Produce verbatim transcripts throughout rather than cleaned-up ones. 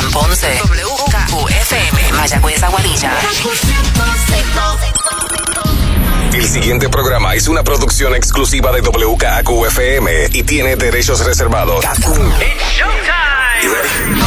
San Ponce, W K Q F M, Mayagüez, Aguadilla. El siguiente programa es una producción exclusiva de W K Q F M y tiene derechos reservados. It's showtime. You ready?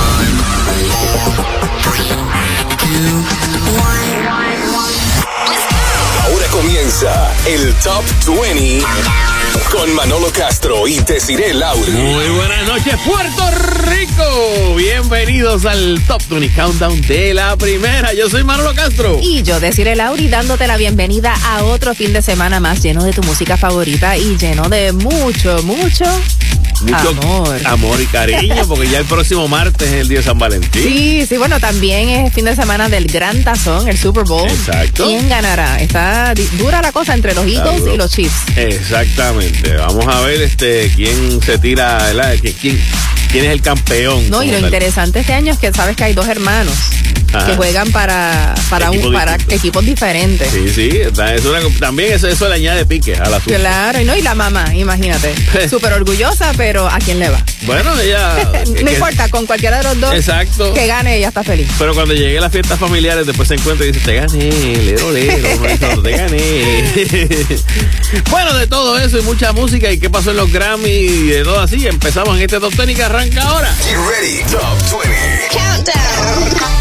Ahora comienza el Top veinte con Manolo Castro y Desiree Lauri. Muy buenas noches, Puerto Rico. Bienvenidos al Top veinte Countdown de la primera. Yo soy Manolo Castro. Y yo, Desiree Lauri, dándote la bienvenida a otro fin de semana más lleno de tu música favorita y lleno de mucho, mucho... Mucho amor. amor y cariño, porque ya el próximo martes es el día de San Valentín. Sí, sí, bueno, también es fin de semana del Gran Tazón, el Super Bowl. Exacto. ¿Quién ganará? Está dura la cosa entre los Eagles y los Chiefs. Exactamente. Vamos a ver este quién se tira, ¿verdad? ¿Quién, quién es el campeón? No, y lo tal. interesante este año es que sabes que hay dos hermanos. Ajá. Que juegan para para un, para equipos diferentes. Sí, sí, es una, también eso, eso le añade pique a la asunto. Claro, y no, y la mamá, imagínate, súper orgullosa, pero ¿a quién le va? Bueno, ella... no que, importa, con cualquiera de los dos. Exacto. Que gane, ella está feliz. Pero cuando llegue a las fiestas familiares, después se encuentra y dice, te gané, lero, lero, te gané. Bueno, de todo eso y mucha música y qué pasó en los Grammy y de todo así, empezamos en este Top veinte que arranca ahora. Get ready, Top veinte. Countdown.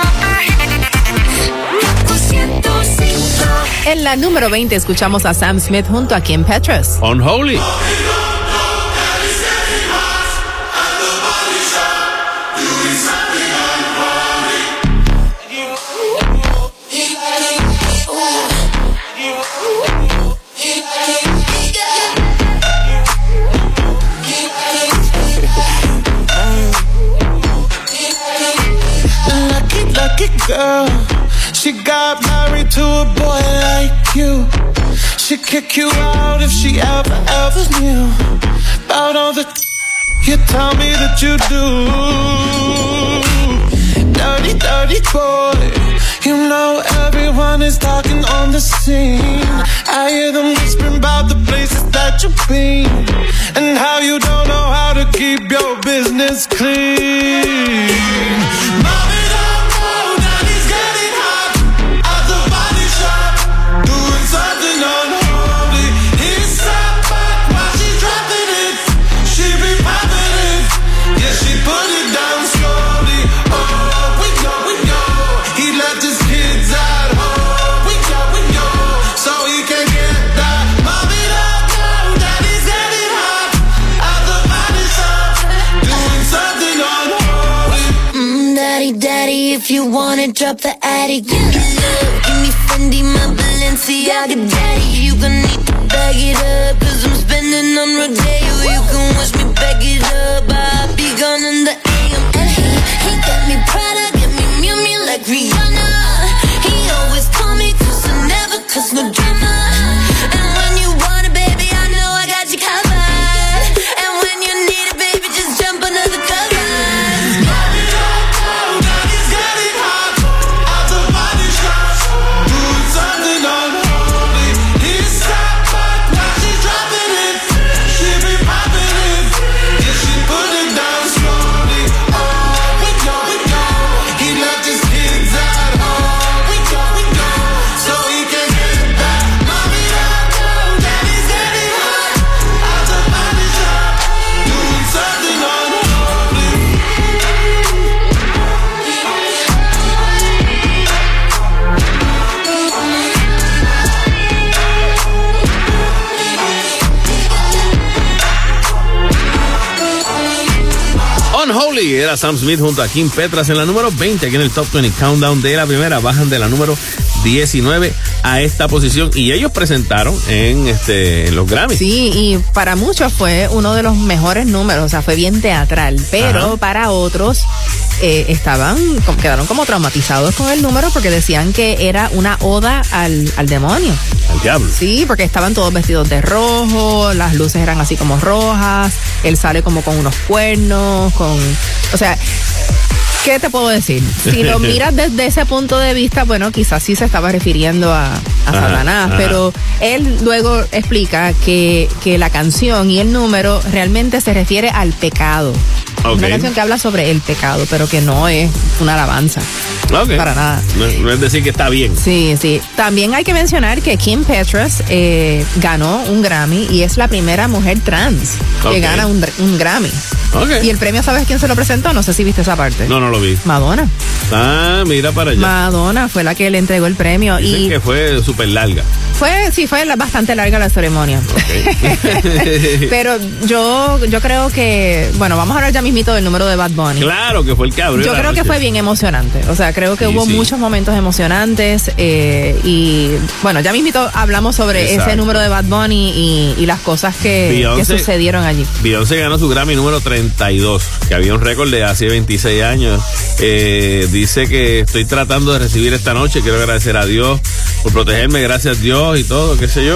En la número veinte escuchamos a Sam Smith junto a Kim Petras. Unholy. Lucky, lucky girl. She got married to a boy like you. She'd kick you out if she ever, ever knew about all the you tell me that you do. Dirty, dirty boy. You know everyone is talking on the scene. I hear them whispering about the places that you've been and how you don't know how to keep your business clean. Mommy, don't know that he's getting hot at the body shop, doing something unholy. He's sat back while she's dropping it. She be popping it, yeah, she put it down slowly. Oh, we know, we know. He left his kids at home. We know, we know. So he can get that. Mommy don't know that he's getting hot at the body shop, doing something unholy. Mm, daddy, daddy, if you wanna drop the attic, give me love, give me Fendi, my Balenciaga, daddy. You gon' need to bag it up, cause I'm spending on Rodeo. You can watch me back it up, I'll be gone in the A M. And he, he got me Prada, get me Miu Miu like Rihanna. He always call me cause I never cause no drama. And when you want it, baby, I know I got you covered. And when you need it, baby, just jump under the covers. Mommy don't know that he's getting hot at the body shop, doing something unholy. He's sat back while she's dropping it. She be popping it, yeah, she put it down slowly. Oh, we know, we know. He left his kids at home. We know, we know. So he can get back. Mommy don't know that he's getting hot at the body shop, doing something unholy. Unholy era Sam Smith junto a Kim Petras en la número veinte aquí en el Top veinte Countdown de la primera. Bajan de la número diecinueve a esta posición y ellos presentaron en este en los Grammys. Sí, y para muchos fue uno de los mejores números, o sea, fue bien teatral, pero Ajá. para otros eh, estaban, quedaron como traumatizados con el número porque decían que era una oda al, al demonio. Al diablo. Sí, porque estaban todos vestidos de rojo, las luces eran así como rojas, él sale como con unos cuernos, con, o sea, ¿qué te puedo decir? Si lo miras desde ese punto de vista, bueno, quizás sí se estaba refiriendo a, a ajá, Satanás, ajá. pero él luego explica que, que la canción y el número realmente se refiere al pecado. Okay. Una canción que habla sobre el pecado, pero que no es una alabanza. Okay. Para nada. No, no es decir que está bien. Sí, sí. También hay que mencionar que Kim Petras eh, ganó un Grammy y es la primera mujer trans Okay. que gana un, un Grammy. Okay. Y el premio, ¿sabes quién se lo presentó? No sé si viste esa parte. No, no lo vi. Madonna. Ah, mira para allá. Madonna fue la que le entregó el premio. Dicen y que fue súper larga. Fue, sí, fue bastante larga la ceremonia. Okay. Pero yo, yo creo que, bueno, vamos a hablar ya mismito del número de Bad Bunny. Claro que fue el que abrió Yo la creo noche. que fue bien emocionante. O sea, creo que Sí, hubo sí. muchos momentos emocionantes. Eh, y bueno, ya mismito hablamos sobre Exacto. ese número de Bad Bunny y, y las cosas que, que Beyoncé- sucedieron allí. Beyoncé ganó su Grammy número treinta y dos, que había un récord de hace veintiséis años. Eh, dice que estoy tratando de recibir esta noche, quiero agradecer a Dios por protegerme, gracias a Dios y todo, qué sé yo.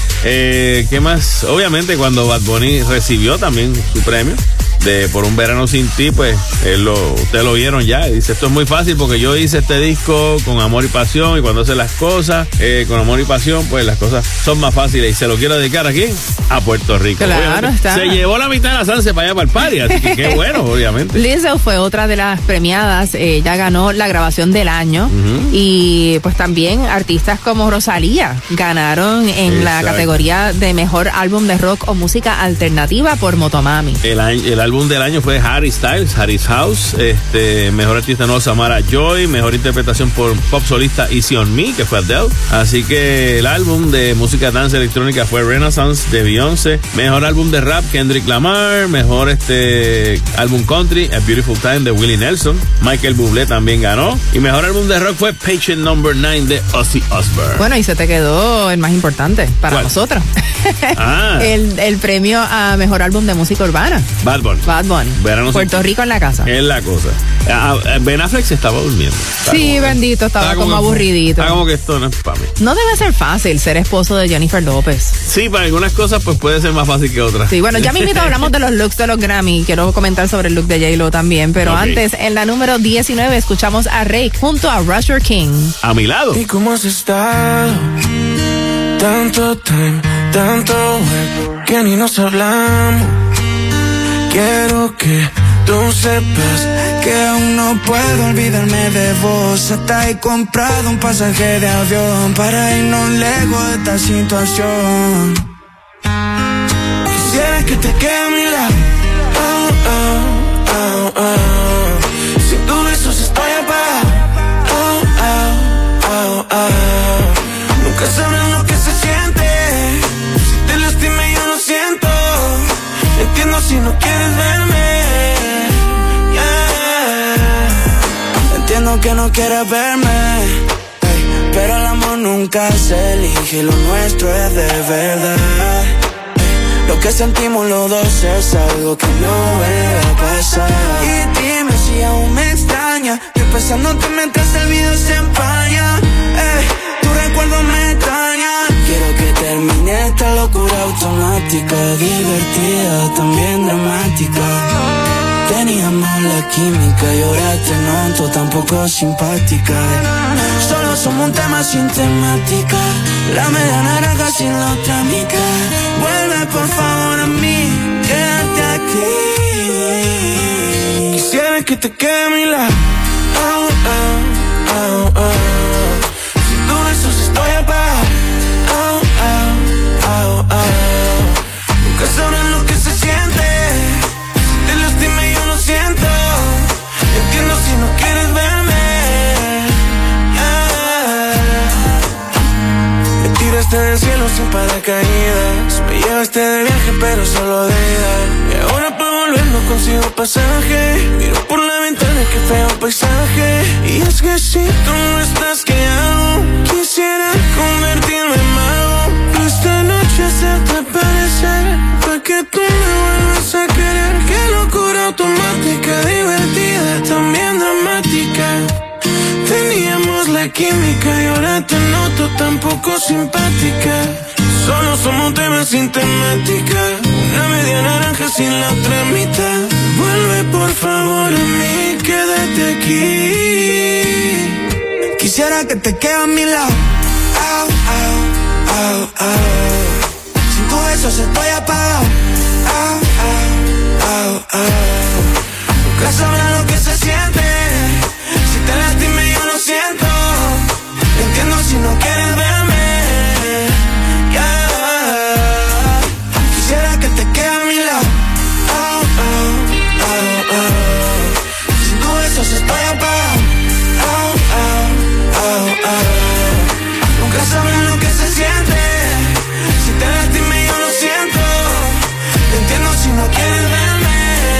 Eh, ¿Qué más? Obviamente cuando Bad Bunny recibió también su premio de Por un verano sin ti, pues él lo, ustedes lo vieron ya. Dice, esto es muy fácil porque yo hice este disco con amor y pasión, y cuando hace las cosas eh, con amor y pasión, pues las cosas son más fáciles. Y se lo quiero dedicar aquí a Puerto Rico. Claro, Obviamente, está. se llevó la mitad de la salsa para allá para el party, así que qué bueno, obviamente. Lizzo fue otra de las premiadas, eh, ella ganó la grabación del año. Ujú. Y pues también artistas como Rosalía ganaron en la Exacto. categoría de mejor álbum de rock o música alternativa por Motomami. El, año- el álbum del año fue Harry Styles, Harry's House. Este, mejor artista nuevo, Samara Joy. Mejor interpretación por pop solista, Easy on Me, que fue Adele. Así que el álbum de música dance electrónica fue Renaissance de Beyoncé. Mejor álbum de rap, Kendrick Lamar. Mejor este álbum country, A Beautiful Time de Willie Nelson. Michael Bublé también ganó. Y mejor álbum de rock fue Patient Number nueve de Ozzy Osbourne. Bueno, y se te quedó el más importante para ¿Cuál? nosotros. Ah. el, el premio a mejor álbum de música urbana. Bad Bunny. Bad Bunny. Verano Puerto sin- Rico en la casa. Es la cosa. Ah, ah, Ben Affleck se estaba durmiendo. Estaba Sí, como que- bendito, estaba como que- aburridito. Estaba como que esto no es para mí. No debe ser fácil ser esposo de Jennifer López. Sí, para algunas cosas pues puede ser más fácil que otras. Sí, bueno, ya mismito hablamos de los looks de los Grammy. Quiero comentar sobre el look de J-Lo también. Pero Ok. antes, en la número diecinueve, escuchamos a Rake junto a Rusher King. A mi lado. ¿Y cómo has estado? Tanto time, tanto work, que ni nos hablamos. Quiero que tú sepas que aún no puedo olvidarme de vos. Hasta he comprado un pasaje de avión para irnos lejos de esta situación. Quisiera que te quede a mi lado. Oh, oh, oh, oh. Sin tus besos estoy apagado. Oh, oh, oh, oh. Nunca sabrán lo que se siente. Si te lastimé yo lo siento. Entiendo si no quieres verme. Yeah. Entiendo que no quieres verme. Ey, pero el amor nunca se elige. Lo nuestro es de verdad. Ey, lo que sentimos los dos es algo que no vuelve a pasar. Y dime si aún me extraña. Yo pensándote mientras el video se empaña. Ey, tu recuerdo me extraña. Quiero que termine esta locura automática, divertida, también dramática. Teníamos la química y ahora te noto tan poco simpática. Solo somos un tema sin temática, la media naranja sin la otra mitad. Vuelve por favor a mí, quédate aquí. Quisiera que te quede a mi lado. Oh, oh, oh, oh. Sin tus besos estoy apagado. Oh, oh, oh, oh. Nunca sabrán lo que se siente. Si te lastimé yo lo siento. Entiendo si no quieres verme. Yeah. Me tiraste del cielo sin paracaídas. Me llevaste de viaje pero solo de ida. Y ahora para volver no consigo pasaje. Miro por la ventana, qué feo paisaje. Y es que si tú no estás, ¿qué hago? Quisiera convertirme en mago. Esta noche hacerte parecer, pa' que tú me vuelvas a querer. Qué locura automática, divertida, también dramática. Teníamos la química y ahora te noto tan poco simpática. Solo somos temas sin temática, una media naranja sin la otra mitad. Vuelve por favor a mí, quédate aquí. Quisiera que te quede a mi lado. Au, au, au, au. Sin tus besos estoy apagado. Au, au, au, au. Nunca sabrás lo que se siente. Si te lastimé yo lo siento. Entiendo si no quieres verme. Yeah. Quisiera que te quede a mi lado. Oh, oh, oh, oh. Sin tus besos estoy apagado. Oh, oh, oh, oh. Nunca sabrás lo que se siente. Si te lastimé yo lo siento. Entiendo si no quieres verme.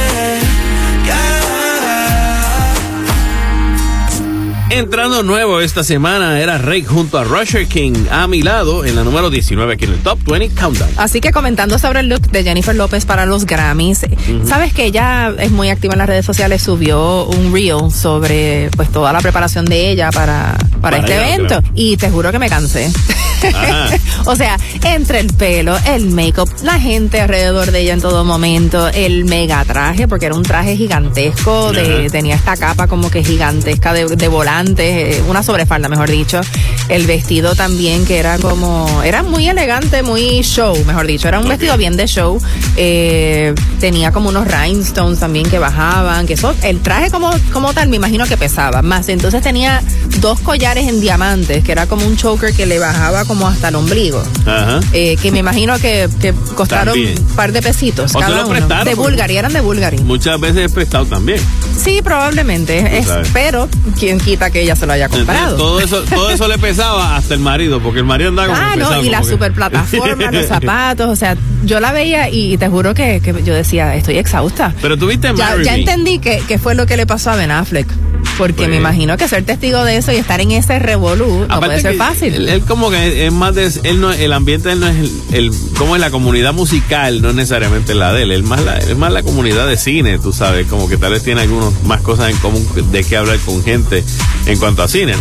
Entrando nuevo esta semana era Rake junto a Rusher King a mi lado en la número diecinueve aquí en el Top veinte Countdown. Así que comentando sobre el look de Jennifer López para los Grammys, uh-huh. sabes que ella es muy activa en las redes sociales, subió un reel sobre pues toda la preparación de ella para, para, para este ella, evento claro. Y te juro que me cansé. O sea, entre el pelo, el make-up, la gente alrededor de ella en todo momento, el mega traje, porque era un traje gigantesco, de, tenía esta capa como que gigantesca de, de volantes, una sobrefalda mejor dicho, el vestido también que era como, era muy elegante, muy show, mejor dicho, era un okay. vestido bien de show, eh, tenía como unos rhinestones también que bajaban, que eso, el traje como, como tal me imagino que pesaba más, entonces tenía dos collares en diamantes, que era como un choker que le bajaba como hasta el ombligo. Ajá. Eh, que me imagino que, que costaron también. Un par de pesitos o cada uno. De Bulgari, eran de Bulgari. Muchas veces es prestado también. Sí, probablemente. Es, pero quién quita que ella se lo haya comprado. Entonces, todo eso, todo eso le pesaba hasta el marido, porque el marido andaba como Ah, pesado, no, y la que... super plataforma, los zapatos, o sea, yo la veía y te juro que, que yo decía, estoy exhausta. Pero tuviste ya, ya entendí que, que fue lo que le pasó a Ben Affleck. Porque pues, me imagino que ser testigo de eso y estar en ese revolú no puede ser fácil. Él, él como que es más de, él no, el ambiente de él no es el, el, como es la comunidad musical, no es necesariamente la de él, es más la, es más la comunidad de cine, tú sabes, como que tal vez tiene algunas más cosas en común de qué hablar con gente en cuanto a cine, ¿no?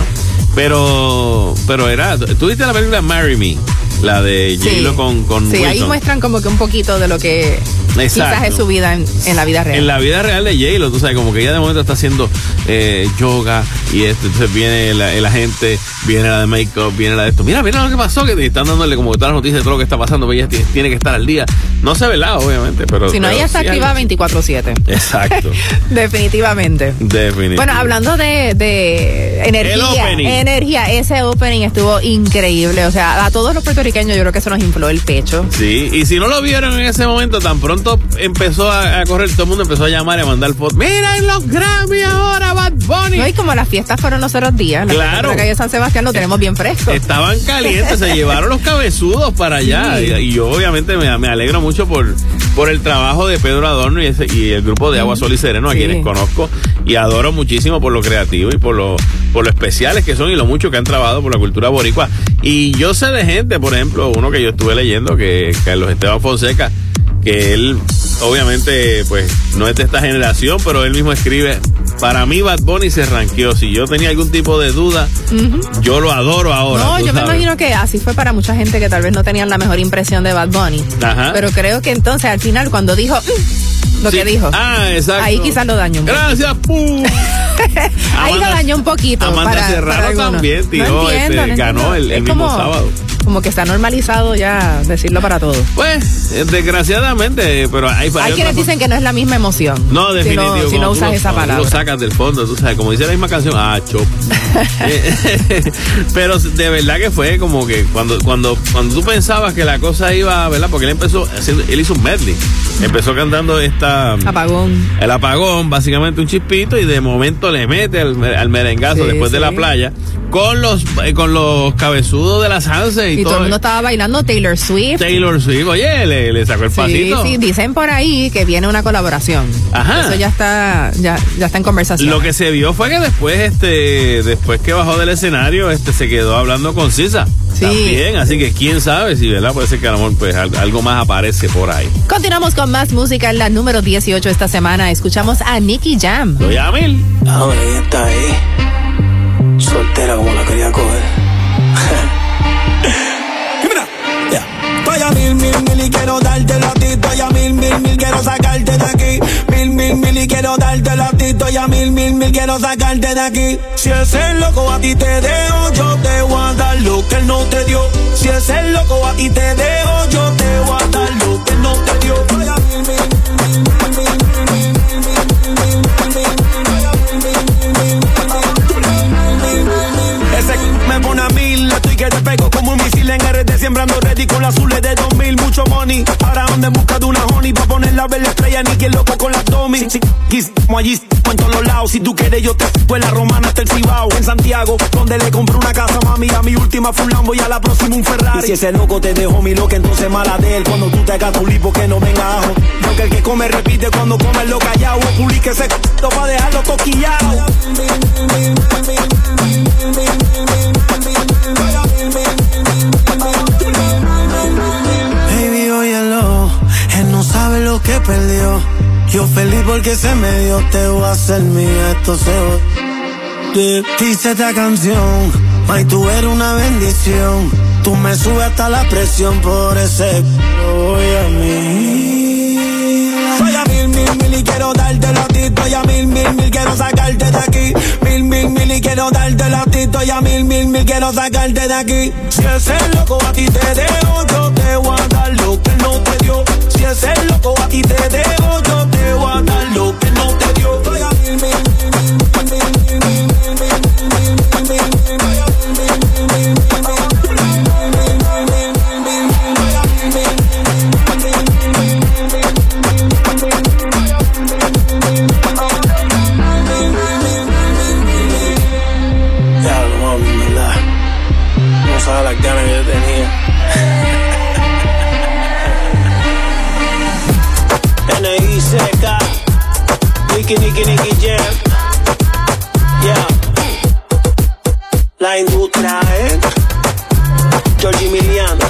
Pero, pero era, ¿tú viste la película Marry Me? La de J-Lo sí, con, con Sí, Wilson. Ahí muestran como que un poquito de lo que Exacto. quizás es su vida en, en la vida real. En la vida real de J-Lo, tú sabes, como que ella de momento está haciendo eh, yoga y este, entonces viene el, el agente, viene la de make-up, viene la de esto. Mira, mira lo que pasó, que están dándole como todas las noticias de todo lo que está pasando, pero ella tiene, tiene que estar al día. No se ve la, obviamente, pero... Si no, pero ella está sí activa veinticuatro siete. Exacto. Definitivamente. Definitivamente. Bueno, hablando de, de energía, energía, ese opening estuvo increíble. O sea, a todos los puertorriqueños yo creo que eso nos infló el pecho. Sí, y si no lo vieron en ese momento, tan pronto empezó a, a correr, todo el mundo empezó a llamar y a mandar fotos. ¡Mira en los Grammy ahora, Bad Bunny! No, y como las fiestas fueron los otros días, claro. la calle de San Sebastián lo tenemos bien fresco. Estaban calientes, se llevaron los cabezudos para allá. Sí. Y, y yo obviamente me, me alegro mucho por, por el trabajo de Pedro Adorno y, ese, y el grupo de Agua, Sol y Sereno, sí. a quienes conozco y adoro muchísimo por lo creativo y por lo, por lo especiales que son y lo mucho que han trabajado por la cultura boricua. Y yo sé de gente, por ejemplo, uno que yo estuve leyendo, que Carlos Esteban Fonseca, que él obviamente pues no es de esta generación, pero él mismo escribe, para mí Bad Bunny se ranqueó, si yo tenía algún tipo de duda, uh-huh. yo lo adoro ahora. No, yo sabes. me imagino que así fue para mucha gente que tal vez no tenían la mejor impresión de Bad Bunny. Ajá. Pero creo que entonces al final cuando dijo lo sí. que dijo, ah, exacto. ahí quizás lo dañó un poquito. Gracias, pum. Ahí Amanda, lo dañó un poquito. Amanda para, Serrano para también tiró, no entiendo, este, no ganó el, el mismo como, sábado. Como que está normalizado ya decirlo para todos. Pues, desgraciadamente, pero hay Hay quienes dicen que no es la misma emoción. No, definitivo. Si no, si no usas lo, esa palabra. Tú lo sacas del fondo, tú sabes, como dice la misma canción, ah, chop. Pero de verdad que fue como que cuando, cuando, cuando tú pensabas que la cosa iba, ¿verdad? Porque él empezó, haciendo, él hizo un medley. Empezó cantando esta... Apagón. El apagón, básicamente un chispito, y de momento le mete al, al merengazo sí, después sí. de la playa con los eh, con los cabezudos de la salsa y, y todo. todo el mundo estaba bailando Taylor Swift. Taylor Swift, oye, le, le sacó el sí, pasito. Sí, dicen por ahí que viene una colaboración. Ajá. Eso ya está, ya, ya está en conversación. Lo que se vio fue que después, este, después que bajó del escenario, este, se quedó hablando con Sisa. Sí. También, así que quién sabe si, ¿verdad? Puede ser que a lo mejor pues, algo más aparece por ahí. Continuamos con más música en la número dieciocho esta semana. Escuchamos a Nicky Jam. Soy Amil. Ahora ella está ahí, soltera como la quería coger. Mira, ya. Estoy a mil, mil, mil y quiero darte a ti. Estoy a mil, mil, mil, quiero sacarte de aquí. Mil, mil, mil y quiero darte a ti. Estoy a mil, mil, mil, quiero sacarte de aquí. Si ese loco a ti te dejo, yo te voy a dar lo que él no te dio. Si ese loco a ti te dejo, yo te voy a dar lo que él no te dio. Estoy a mil, mil, mil, mil, mil, mil, mil, mil, mil, mil, mil. anda en busca de una honey pa' ponerla a ver la estrella, ni que loco con las domis. Si quisamos allí, en todos los lados. Si tú quieres, yo te fui en la Romana hasta el Cibao. En Santiago, donde le compré una casa, mami. A mi última fue un Lambo y a la próxima un Ferrari. Y si ese loco te dejó mi loca, entonces mala de él. Cuando tú te hagas tu lipo, que no venga ajo. Porque el que come repite cuando come lo callado. O publique ese c***o pa' dejarlo toquillado. Baby, óyelo, él no sabe lo que perdió. Yo feliz porque se me dio, te voy a hacer mía, esto se va. Dice esta canción, ay, tú eres una bendición. Tú me subes hasta la presión por ese voy a mí. Soy a mil, mil, mil y quiero darte la ti. Estoy a mil, mil, mil, quiero sacarte de aquí. Mil, mil, mil y quiero darte la ti. Estoy a mil, mil, mil, quiero sacarte de aquí. Si ese loco a ti te dejo, yo te voy a dar lo que no te dio. Si ese loco a ti te dejo, yo te voy a dar lo que no te dio. Soy a mil, mil, mil, mil, mil, mil, mil, mil, mil, mil, las ganas que yo tenía. N I C K Nicky, Nicky, Nicky Jam. Yeah. La industria, eh. Georgie Emiliano.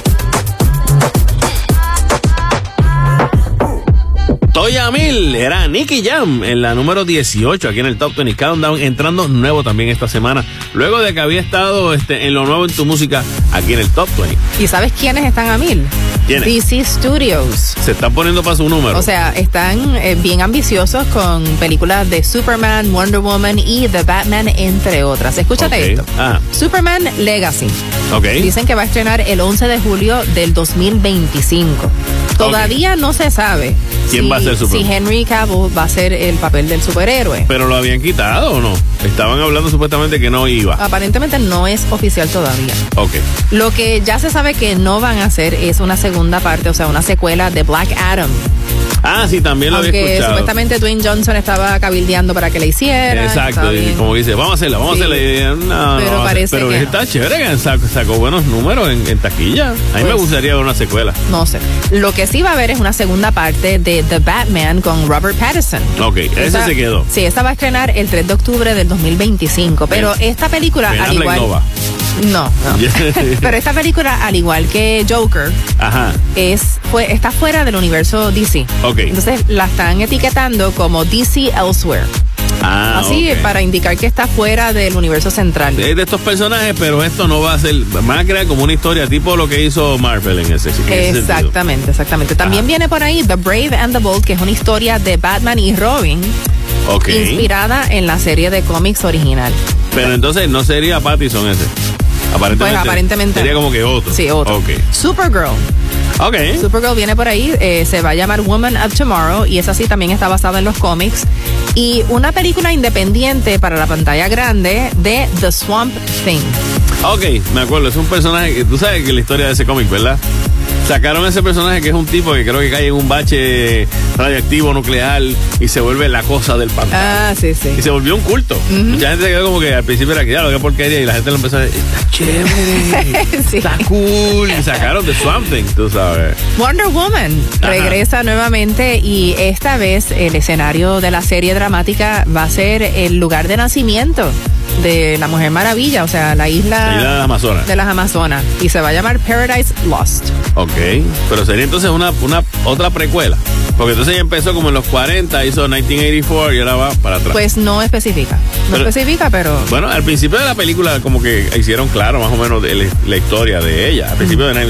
Toya Mil era Nicky Jam en la número dieciocho aquí en el Top veinte Countdown, entrando nuevo también esta semana, luego de que había estado este, en lo nuevo en tu música aquí en el Top veinte. ¿Y sabes quiénes están a mil? ¿Quiénes? D C Studios. Se están poniendo para su número. O sea, están eh, bien ambiciosos con películas de Superman, Wonder Woman y The Batman, entre otras. Escúchate okay. esto. Ah. Superman Legacy. Okay. Dicen que va a estrenar el once de julio del dos mil veinticinco. Todavía okay. no se sabe quién si, va a ser Superman. Si Henry Cavill va a ser el papel del superhéroe. ¿Pero lo habían quitado o no? Estaban hablando supuestamente que no iba. Aparentemente no es oficial todavía. Ok. Lo que ya se sabe que no van a hacer es una segunda parte, o sea, una secuela de Black Adam. Ah, sí, también lo Aunque había escuchado. Supuestamente Dwayne Johnson estaba cabildeando para que la hiciera. Exacto, y como dice, vamos a hacerla, vamos sí. a hacerla. No, pero no, parece pero que está no. chévere que sacó, sacó buenos números en, en taquilla. A mí pues, me gustaría ver una secuela. No sé. Lo que sí va a haber es una segunda parte de The Batman con Robert Pattinson. Ok, ese esta, se quedó. Sí, esta va a estrenar el tres de octubre del dos mil veinticinco. Pero Bien. esta película, Ben al Affleck igual. No, va. no, no. Pero esta película, al igual que Joker, Ajá. es fue está fuera del universo D C. Ok. Entonces la están etiquetando como D C Elsewhere. Ah, Así okay. para indicar que está fuera del universo central. Es de estos personajes, pero esto no va a ser, van a crear como una historia tipo lo que hizo Marvel en ese, en ese Exactamente, exactamente. También Ajá. viene por ahí The Brave and the Bold, que es una historia de Batman y Robin, okay. inspirada en la serie de cómics original. Pero entonces no sería Pattinson ese. Aparentemente, pues aparentemente sería como que otro. Sí, otro. Okay. Supergirl. Ok. Supergirl viene por ahí, eh, se va a llamar Woman of Tomorrow y esa sí también está basada en los cómics. Y una película independiente para la pantalla grande de The Swamp Thing. Ok, me acuerdo, es un personaje que tú sabes que la historia de ese cómic, ¿verdad? Sacaron ese personaje que es un tipo que creo que cae en un bache radiactivo nuclear y se vuelve la cosa del pantano. Ah, sí, sí. Y se volvió un culto. Uh-huh. Mucha gente se quedó como que al principio era que ya lo que porquería y la gente lo empezó a decir, está chévere, sí. Está cool. Y sacaron The Swamp Thing, tú sabes. Wonder Woman Ajá. regresa nuevamente y esta vez el escenario de la serie dramática va a ser el lugar de nacimiento de la Mujer Maravilla, o sea, la isla, la isla de las Amazonas. De las Amazonas. Y se va a llamar Paradise Lost. Ok, pero sería entonces una, una otra precuela. Porque entonces ella empezó como en los cuarenta, hizo mil novecientos ochenta y cuatro y ahora va para atrás. Pues no especifica. No pero, especifica, pero... Bueno, al principio de la película como que hicieron claro más o menos de la, la historia de ella. Al principio de,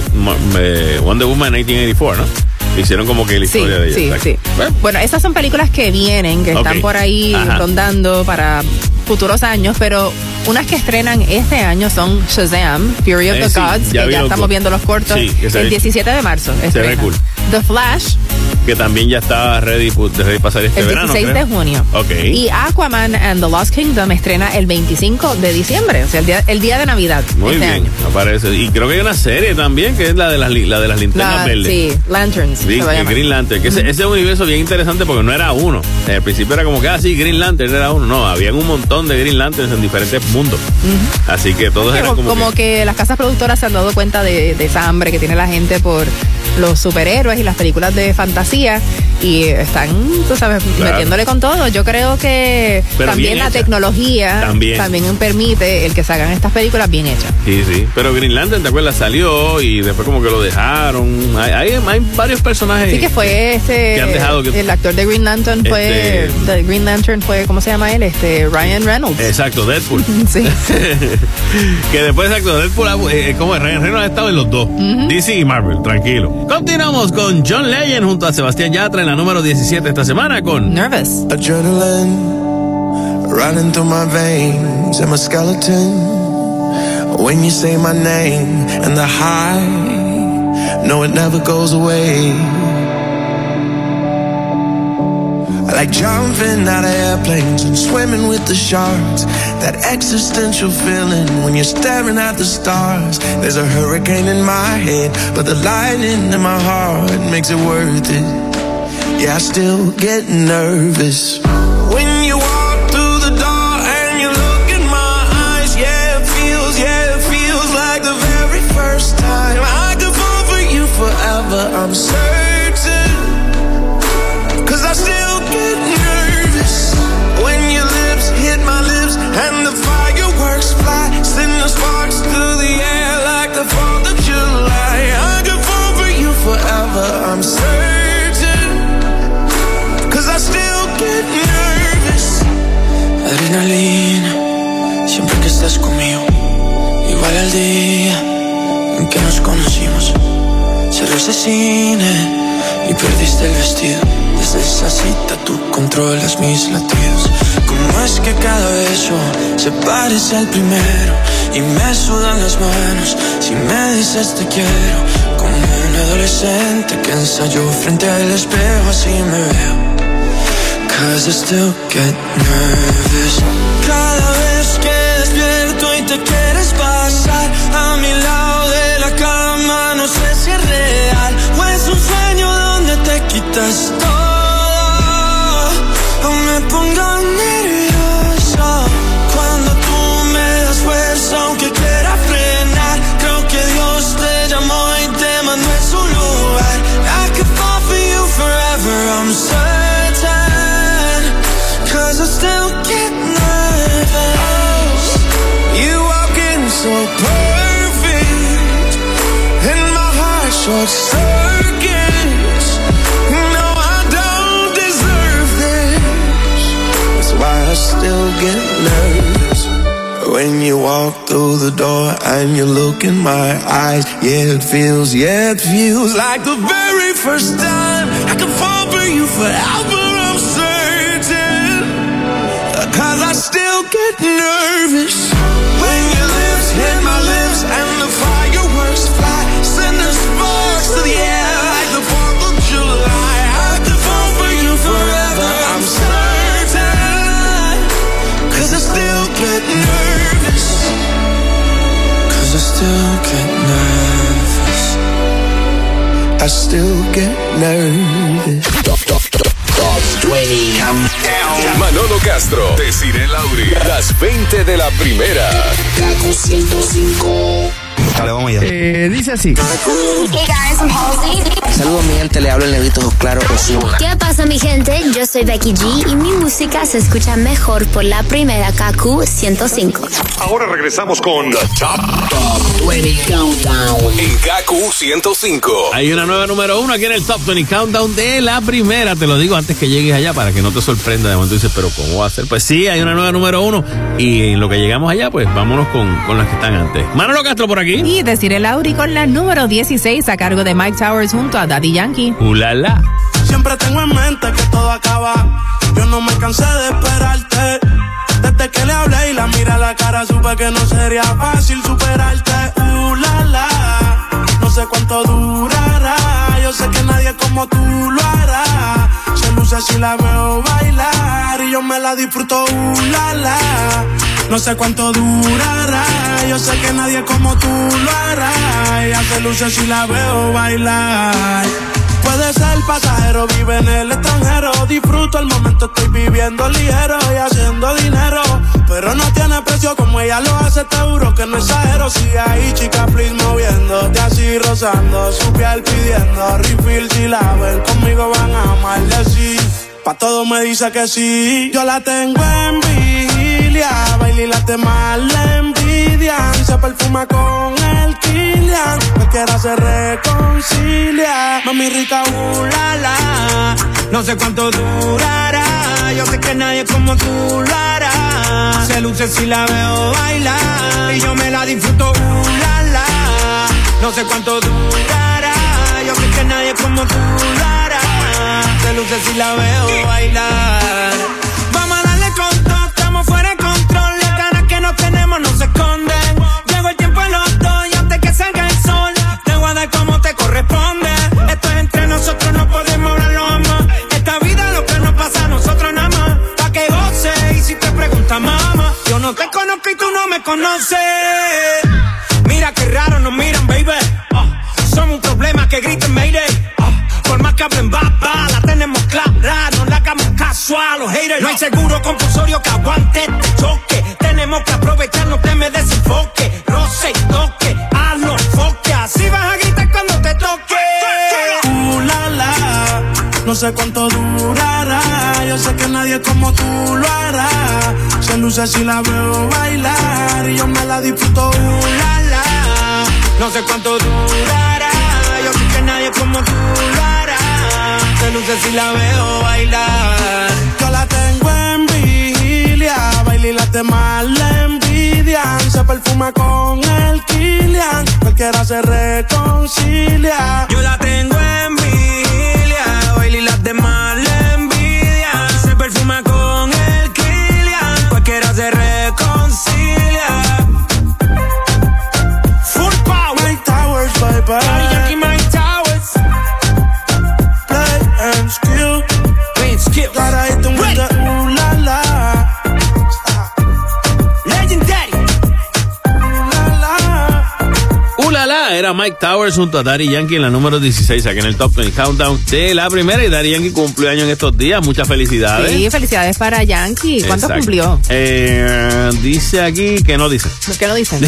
de Wonder Woman mil novecientos ochenta y cuatro, ¿no? Hicieron como que la historia sí, de ella. Sí, sí. Bueno. bueno, esas son películas que vienen, que okay. están por ahí Ajá. rondando para futuros años, pero unas que estrenan este año son Shazam, Fury of eh, the sí, Gods, ya que ya estamos viendo los cortos, sí, el diecisiete de marzo. Se ve cool. The Flash, que también ya está ready, ready para salir este el verano. dieciséis creo. de junio. Okay. Y Aquaman and the Lost Kingdom estrena el veinticinco de diciembre, o sea, el día, el día de Navidad. Muy este bien, año. me parece. Y creo que hay una serie también que es la de las, la de las linternas La, verdes. sí, Lanterns. Green, se va a llamar. Green Lantern, que ese, ese es un universo bien interesante porque no era uno. Al principio era como que, ah, sí, Green Lantern era uno. No, habían un montón de Green Lanterns en diferentes mundos. Uh-huh. Así que todos Sí, eran como, como que... que las casas productoras se han dado cuenta de, de esa hambre que tiene la gente por los superhéroes y las películas de fantasía y están, tú sabes, claro, metiéndole con todo. Yo creo que pero también la hecha. tecnología también. también permite el que se hagan estas películas bien hechas. Sí, sí. Pero Green Lantern, ¿te acuerdas? Salió y después como que lo dejaron. Hay, hay, hay varios personajes. Sí, que fue este. Que han dejado que, el actor de Green Lantern fue. Este, de Green Lantern fue, ¿cómo se llama él? Este, Ryan Reynolds. Exacto, Deadpool. Sí. Que después, exacto, Deadpool, eh, como Ryan Reynolds ha estado en los dos. Uh-huh. D C y Marvel, tranquilo. Continuamos con John Legend junto a Sebastián Yatra en la número diecisiete esta semana con Nervous. Adrenaline running through my veins and my skeleton. When you say my name and the high, no, it never goes away. I like jumping out of airplanes and swimming with the sharks. That existential feeling when you're staring at the stars. There's a hurricane in my head, but the lightning in my heart makes it worth it. Yeah, I still get nervous when you walk through the door and you look in my eyes. Yeah, it feels, yeah, it feels like the very first time. I could fall for you forever, I'm certain. Cause I still get nervous when your lips hit my lips and the fireworks fly. Send the sparks through the air like the fourth of July. I could fall for you forever, I'm certain. Cause I still get nervous. Adrenalina, siempre que estás conmigo. Igual el día en que nos conocimos. Cerró ese cine y perdiste el vestido. Desde esa cita tú controlas mis latidos. ¿Cómo es que cada beso se parece al primero? Y me sudan las manos si me dices te quiero. Como un adolescente que ensayó frente al espejo, así me veo. Cause I still get nervous. Cada vez que despierto y te quieres pasar a mi lado de la cama, no sé si es real o es un sueño donde te quitas todo. O me pongo nervioso cuando tú me das fuerza, aunque quiera frenar. Creo que Dios te llamó y te mandó en su lugar. I could fall for you forever, I'm certain. Cause I still get nervous. You walk in so perfect and my heart short circuits. No, I don't deserve this. That's why I still get nervous when you walk through the door and you look in my eyes. Yeah, it feels, yeah, it feels like the very first time. I could fall for you forever, I'm certain. Cause I still get nervous when your lips hit my lips and the fireworks fly. Send the sparks to the air like the fourth of July. I could fall for you forever, I'm certain. Cause I still get nervous. Cause I still get nervous. I still get nervous. Top, top, top, top veinte Countdown. Manolo Castro, Desiree Lauri, las veinte de la primera. Kaku ciento cinco. Dale, vamos allá. Eh, dice así. Hey guys, I'm Halsey. Saludos mi gente, le hablo el negrito claro Ozuna. ¿Qué pasa mi gente? Yo soy Becky G y mi música se escucha mejor por la primera Kaku ciento cinco. Ahora regresamos con The Top Top veinte Countdown en Kaku ciento cinco. Hay una nueva número uno aquí en el Top veinte Countdown de la primera. Te lo digo antes que llegues allá para que no te sorprenda. De momento dices, pero ¿cómo va a ser? Pues sí, hay una nueva número uno. Y en lo que llegamos allá, pues vámonos con, con las que están antes. Manolo Castro por aquí. Y Desiree Lauri con la número dieciséis a cargo de Mike Towers junto a Daddy Yankee. ¡Ulala! Siempre tengo en mente que todo acaba. Yo no me cansé de esperarte. Desde que le hablé y la miré a la cara, supe que no sería fácil superarte. Uh, la, la. No sé cuánto durará. Yo sé que nadie como tú lo hará. luces y la veo bailar y yo me la disfruto, uh, la, la. No sé cuánto durará, yo sé que nadie como tú lo hará. Ella se luce si la veo bailar. Puede ser pasajero, vive en el extranjero. Disfruto el momento, estoy viviendo ligero y haciendo dinero. Pero no tiene precio como ella lo hace, te juro que no exagero. Sigue ahí, chica, please, moviéndote así, rozando su piel, pidiendo refill. Si la ven conmigo van a amarle así. Pa' todo me dice que sí. Yo la tengo en vigilia, baila y las demás la envidian. Se perfuma con el Kilian, cualquiera se reconcilia. Mami rica, uh, la, la. No sé cuánto durará, yo sé que nadie como tú lo hará. Se luce si la veo bailar y yo me la disfruto, uh, la, la. No sé cuánto durará, yo sé que nadie como tú lo hará. Se luce si la veo bailar. Vamos a darle con todo, estamos fuera de control. Las ganas que no tenemos no se esconden. Llegó el tiempo en los dos y antes que salga el sol te voy a dar como te corresponde. Esto es entre nosotros, no podemos hablarlo jamás. Esta vida lo que nos pasa a nosotros nada más. Pa' que goce y si te preguntas mamá, yo no te conozco y tú no me conoces. Mira qué raro nos miran, baby. uh, Somos un problema que griten Mayday. Por más que hablen baba, la tenemos clara, no le hagamos caso a los haters. No hay seguro compulsorio que aguante este choque. Tenemos que aprovechar, no te me desenfoque. Roce y toque, a los foques. Así vas a gritar cuando te toque. Uh, la, la, no sé cuánto durará. Yo sé que nadie como tú lo hará. Se luce si la veo bailar y yo me la disfruto, uh, la, la. No sé cuánto durará, yo sé que nadie como tú lo hará. Se luce si la veo bailar. Yo la tengo en vigilia, baila y las demás la envidian. Se perfuma con el Kilian, cualquiera se reconcilia. Yo la tengo en vigilia, baila y las demás la envidian. Se perfuma con el Kilian, cualquiera se reconcilia. Full power, Mike Towers, bye bye. Daddy Yankee, Mike Towers. Play and skill, play and skill. Gotta hit them with the ooh la la. Legendary. Ooh la la. Uh, la, la, era Mike Towers junto a Daddy Yankee en la número dieciséis, aquí en el Top veinte Countdown de la primera. Y Daddy Yankee cumplió año en estos días. Muchas felicidades. Sí, felicidades para Yankee. ¿Cuánto Exacto. cumplió? Eh, dice aquí que no dice. ¿Qué lo dicen?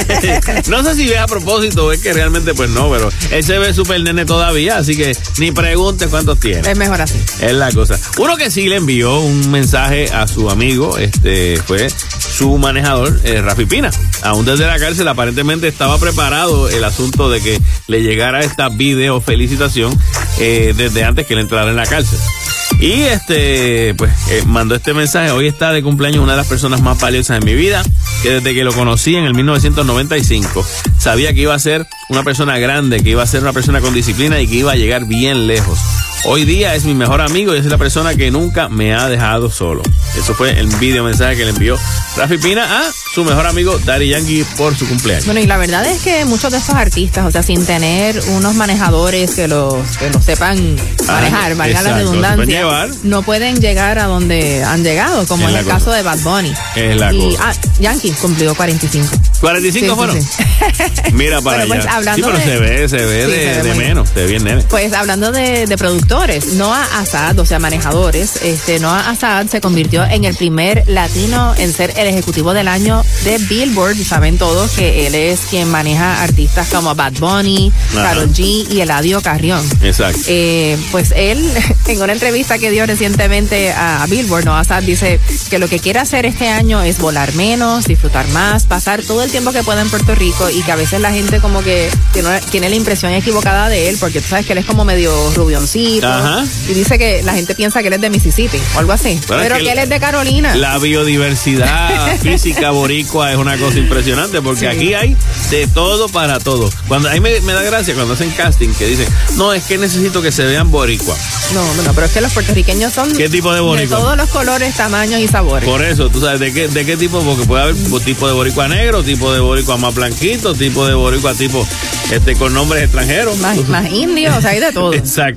No sé si es a propósito o es que realmente pues no, pero él se ve súper nene todavía, así que ni pregunte cuántos tiene. Es mejor así. Es la cosa. Uno que sí le envió un mensaje a su amigo, este fue su manejador, eh, Rafi Pina. Aún desde la cárcel aparentemente estaba preparado el asunto de que le llegara esta video felicitación eh, desde antes que él entrara en la cárcel. Y este, pues, eh, mandó este mensaje. Hoy está de cumpleaños una de las personas más valiosas de mi vida, que desde que lo conocí en el mil novecientos noventa y cinco, sabía que iba a ser una persona grande, que iba a ser una persona con disciplina y que iba a llegar bien lejos. Hoy día es mi mejor amigo y es la persona que nunca me ha dejado solo. Eso fue el video mensaje que le envió Rafi Pina a su mejor amigo Daddy Yankee por su cumpleaños. Bueno, y la verdad es que muchos de estos artistas, o sea, sin tener unos manejadores que los, que los sepan manejar, ah, valga la exacto, redundancia, no pueden llegar a donde han llegado, como en el caso de Bad Bunny. Es la y, cosa. ah, Yankee cumplió cuarenta y cinco. ¿cuarenta y cinco Sí, fueron? sí, sí. Mira para Bueno, pues, allá. hablando Sí, pero de- se ve, se ve Sí, de, se ve de muy menos, se ve bien nene. Pues hablando de, de productores, Noah Assad, o sea, manejadores, este Noah Assad se convirtió en el primer latino en ser el ejecutivo del año de Billboard. Saben todos que él es quien maneja artistas como Bad Bunny, Ajá. Karol G y Eladio Carrión. Exacto. Eh, pues él, en una entrevista que dio recientemente a Billboard, Noah Assad dice que lo que quiere hacer este año es volar menos, disfrutar más, pasar todo el tiempo que pueda en Puerto Rico, y que a veces la gente como que tiene, tiene la impresión equivocada de él, porque tú sabes que él es como medio rubioncito. Ajá. Y dice que la gente piensa que él es de Mississippi o algo así. Bueno, pero es que, que él es de Carolina. La biodiversidad física boricua es una cosa impresionante, porque Sí. aquí hay de todo para todo. Cuando a mí me, me da gracia cuando hacen casting que dicen, no, es que necesito que se vean boricua. No, no, pero es que los puertorriqueños son ¿Qué tipo de boricua? de todos los colores, tamaños y sabores. Por eso, tú sabes, ¿de qué, de qué tipo? Porque puede haber tipo de boricua negro, tipo de boricua más blanquito, tipo de boricua tipo este con nombres extranjeros. Más, más indios, o sea, hay de todo. Exacto, así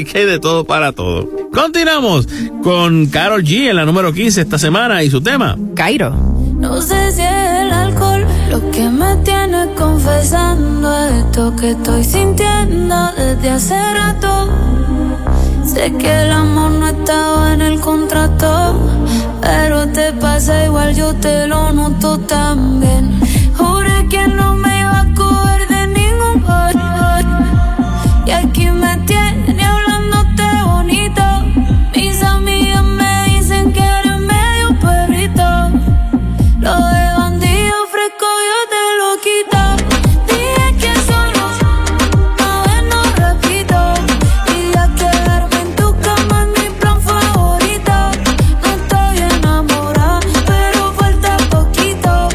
que hay de todo para todo. Continuamos con Karol G en la número quince esta semana y su tema Cairo. No sé si es el alcohol lo que me tiene confesando esto que estoy sintiendo desde hace rato. Sé que el amor no estaba en el contrato, pero te pasa igual, yo te lo noto también. Juré que no me iba a coger de ningún gol, y aquí me tiene hablándote bonito. Mis amigas me dicen que eres medio perrito. Lo de bandido fresco yo te lo quito. Dije que solo una vez no repito, y ya quedarme en tu cama es mi plan favorito. No estoy enamorada, pero falta poquito.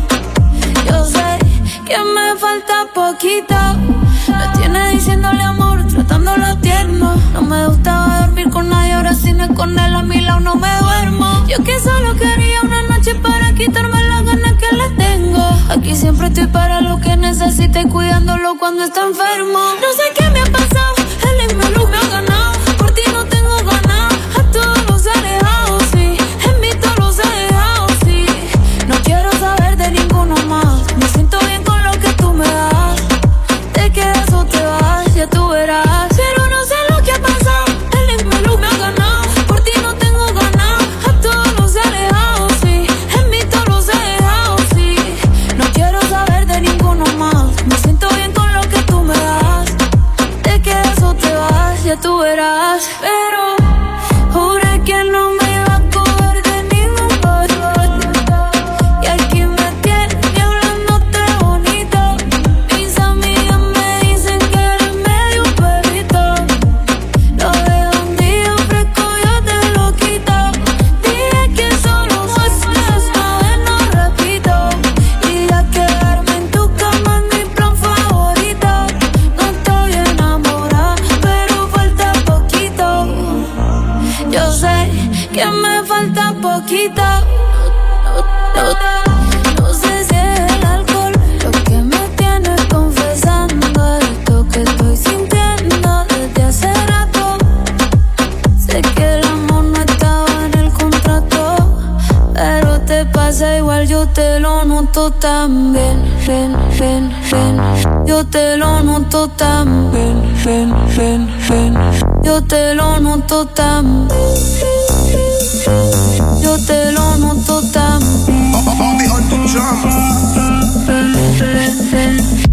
Yo sé que me falta poquito. Me tiene diciéndole amor, tratándolo tierno. No me gustaba dormir con nadie, ahora si no es con él a mi lado no me duermo. Yo que solo quería una noche para quitarme las ganas que le tengo. Aquí siempre estoy para lo que necesite, cuidándolo cuando está enfermo. No sé qué me ha pasado, el inmeluz me ha ganado. Por ti no tengo ganas, a todos los he dejado, sí. En mí todos los he dejado, sí. No quiero saber de ninguno más. Me siento bien con lo que tú me das. Te quedas o te vas, ya tú verás. Pero no sé lo que ha pasado, el inmeluz me ha ganado. Por ti no tengo ganas, a todos los he dejado, sí. En mí todos los he dejado, sí. No quiero saber de ninguno más. Me siento bien con lo que tú me das. Te quedas o te vas, ya tú verás. Pero juré que no me iba a coger de ningún gol, y aquí me tiene hablándote bonito. Mis amigas me dicen que eres medio perrito. Lo de bandido fresco yo te lo quito. Dije que solo una vez no repito, y ya quedarme en tu cama es mi plan favorito. No estoy enamorada, pero falta poquito. Yo sé que me falta poquito. No, no, no sé si es el alcohol lo que me tiene confesando esto que estoy sintiendo desde hace rato. Sé que el amor no estaba en el contrato, pero te pasa igual, yo te lo noto también. Ven, ven, ven. Yo te lo noto también. Ven, ven, ven. Yo te lo noto también. Yo te lo noto también. Ven, ven, ven.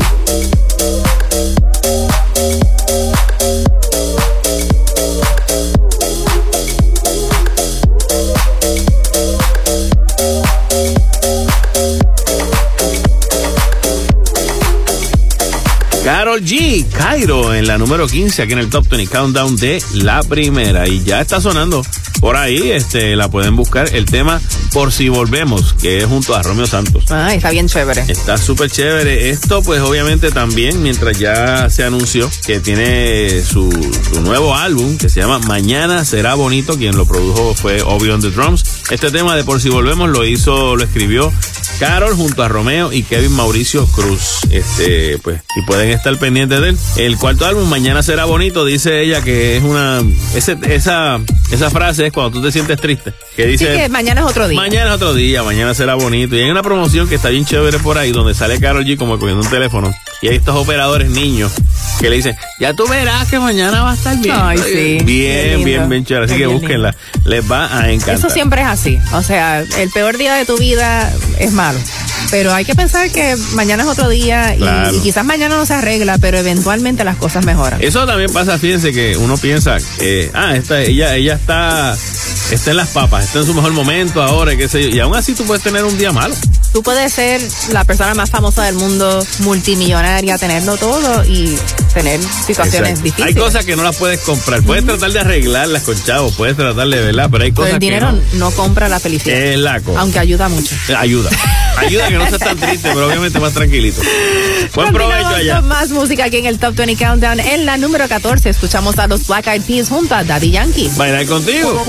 Karol G, Cairo, en la número quince, aquí en el Top veinte Countdown de la primera. Y ya está sonando por ahí, este, la pueden buscar, el tema Por Si Volvemos, que es junto a Romeo Santos. Ah, está bien chévere. Está súper chévere. Esto, pues, obviamente también, mientras ya se anunció que tiene su, su nuevo álbum, que se llama Mañana Será Bonito, quien lo produjo fue Obi on the Drums. Este tema de Por Si Volvemos lo hizo, lo escribió Karol junto a Romeo y Kevin Mauricio Cruz. Este, pues, y pueden estar pendientes de él. El cuarto álbum, Mañana Será Bonito, dice ella que es una, ese, esa, esa frase es cuando tú te sientes triste. Que dice, sí, que mañana es otro día. Mañana es otro día, mañana será bonito. Y hay una promoción que está bien chévere por ahí, donde sale Karol G como cogiendo un teléfono. Y hay estos operadores niños que le dicen, ya tú verás que mañana va a estar bien. Ay, sí. Bien, bien, bien chévere. Así es que búsquenla. Lindo. Les va a encantar. Eso siempre es así. O sea, el peor día de tu vida es malo. Pero hay que pensar que mañana es otro día y, claro. y quizás mañana no se arregla, pero eventualmente las cosas mejoran. Eso también pasa, fíjense que uno piensa, eh, ah, esta, ella, ella está, está en las papas, está en su mejor momento ahora, qué sé yo, y aún así tú puedes tener un día malo. Tú puedes ser la persona más famosa del mundo, multimillonaria, tenerlo todo y tener situaciones Exacto. difíciles. Hay cosas que no las puedes comprar. Puedes uh-huh. tratar de arreglarlas con chavos, puedes tratar de verlas, pero hay cosas pero el dinero que no, no compra la felicidad. Es la cosa. Aunque ayuda mucho. Ayuda. Ayuda que no seas tan triste, pero obviamente más tranquilito. Buen provecho allá. Con más música aquí en el Top veinte Countdown. En la número catorce escuchamos a los Black Eyed Peas junto a Daddy Yankee. Bailar contigo.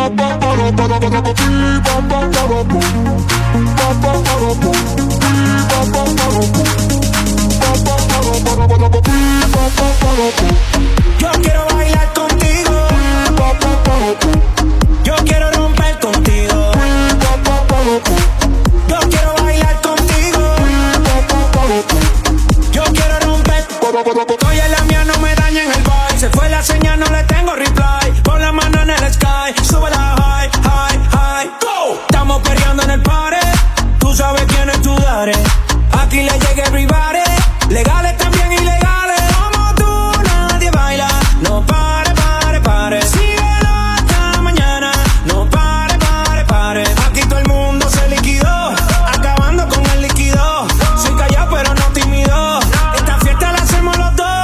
Yo quiero bailar contigo. Yo quiero romper contigo. Yo quiero bailar contigo. Yo quiero romper. Estoy en la mía, no me dañen el vibe. Se fue la señal, no le tengo reply. Pon la mano en el sky, sube la high, high, high. Go. Estamos peleando en el party. Tú sabes quién es tu daddy. Aquí le llegue everybody. Legales también ilegales. Como tú nadie baila. No pare, pare, pare. Síguelo hasta mañana. No pare, pare, pare. Aquí todo el mundo se liquidó. Acabando con el líquido. Soy callado pero no tímido. Esta fiesta la hacemos los dos.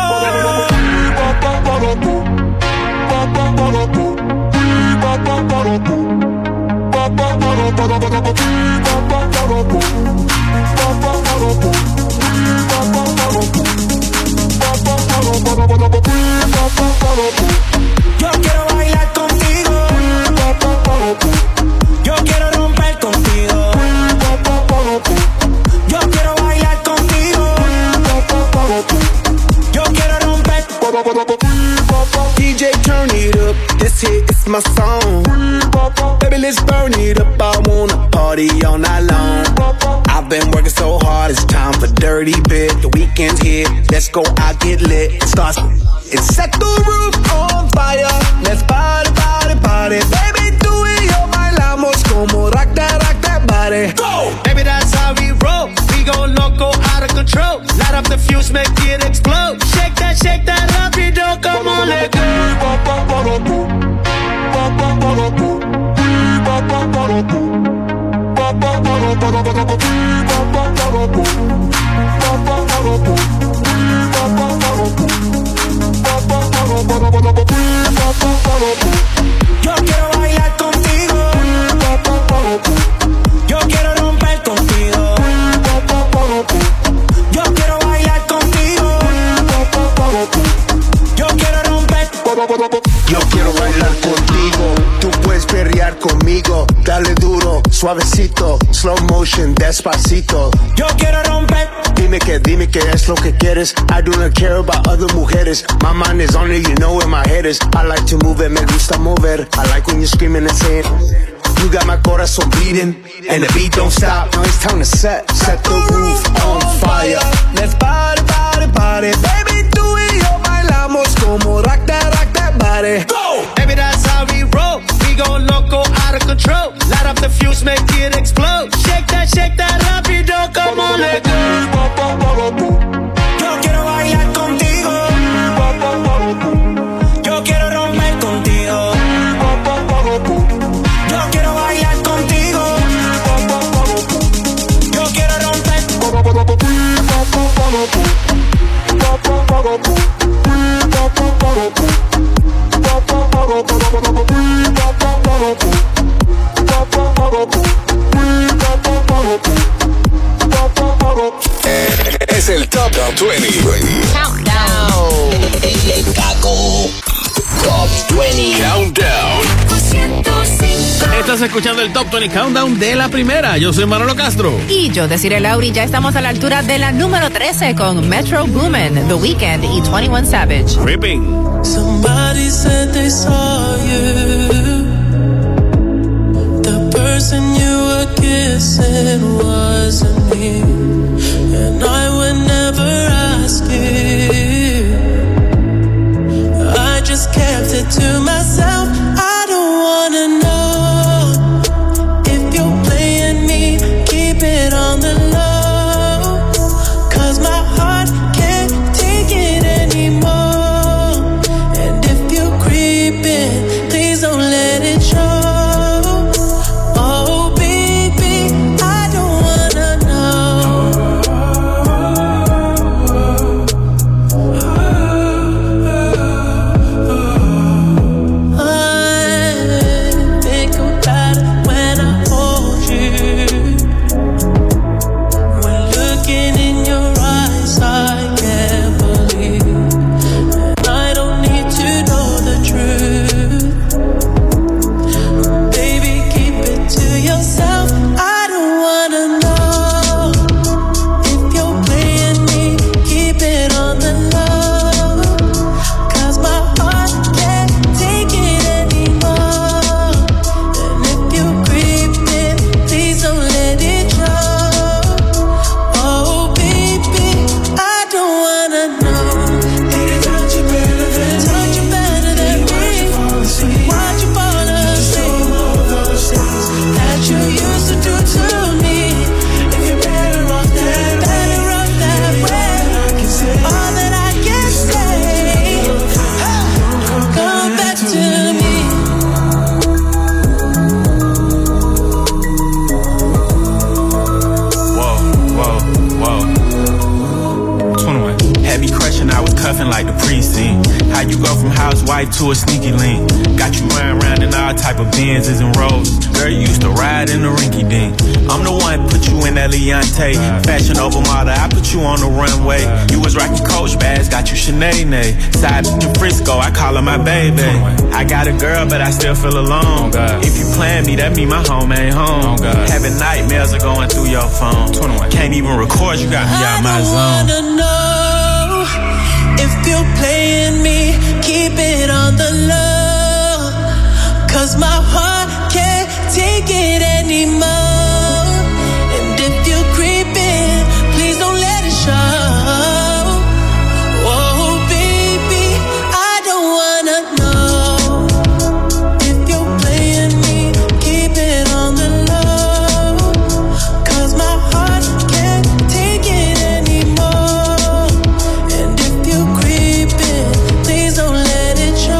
Yo quiero bailar contigo. Yo quiero romper contigo. Yo quiero bailar contigo. Yo quiero romper. D J, turn it up. This hit is my song. Baby, let's burn it up. I wanna party all night long. I've been working so hard, it's time for dirty bit. The weekend's here, let's go out, get lit. It starts, it set the roof on fire. Let's party, party, party. Baby, do it, yo, bailamos como rock that, rock that body. Go! Baby, that's how we roll. We gon' loco out of control. Light up the fuse, make it explode. Shake that, shake that, rapido, come on, let go. Yo quiero bailar contigo. Yo quiero romper contigo. Yo quiero bailar contigo. Yo quiero romper. Yo quiero bailar contigo. Tú puedes perrear conmigo. Dale duro, suavecito, slow motion, despacito. Yo quiero romper. Dime que, dime que es lo que quieres. I do not care about other mujeres. My mind is on it, you know where my head is. I like to move it, me gusta mover. I like when you're screaming and saying, you got my corazón beating, and the beat don't stop. Now it's time to set, set the roof on fire. Let's party, party, party. Baby, do it, yo, bailamos como rock that, rock that body. Go! Baby, that's how we roll. We gon' loco out of control. Light up the fuse, make it explode. Shake that, shake that, rapido, come on, let go. Yo quiero bailar contigo. Yo quiero romper contigo. Yo quiero bailar contigo. Yo quiero romper. Es el Top veinte. Countdown. Top veinte Countdown. Estás escuchando el Top veinte Countdown de la primera. Yo soy Manolo Castro. Y yo, Desiree Lauri, ya estamos a la altura de la número trece con Metro Boomin, The Weeknd y twenty-one Savage. Ripping. Somebody said they saw you. The person you were kissing wasn't me. And I would never ask you. I just kept it to myself. I don't wanna know if you're playing me. Keep it on the low, 'cause my heart can't take it anymore. And if you're creeping, please don't let it show. Oh baby, I don't wanna know. I go from housewife to a sneaky link. Got you running around in all type of Benzes and Rolls. Girl, you used to ride in the rinky dink. I'm the one put you in that Leontay. Fashion over model, I put you on the runway. You was rocking Coach bags, got you Sinead. Side to Frisco, I call her my baby. I got a girl, but I still feel alone. If you plan me, that mean my home ain't home. Having nightmares are going through your phone. Can't even record, you got me out my zone. I wanna know if you're playing me, keep it on the low. Cause my heart can't take it anymore. And if you're creeping, please don't let it show. Oh baby, I don't wanna know if you're playing me, keep it on the low. Cause my heart can't take it anymore. And if you're creeping, please don't let it show.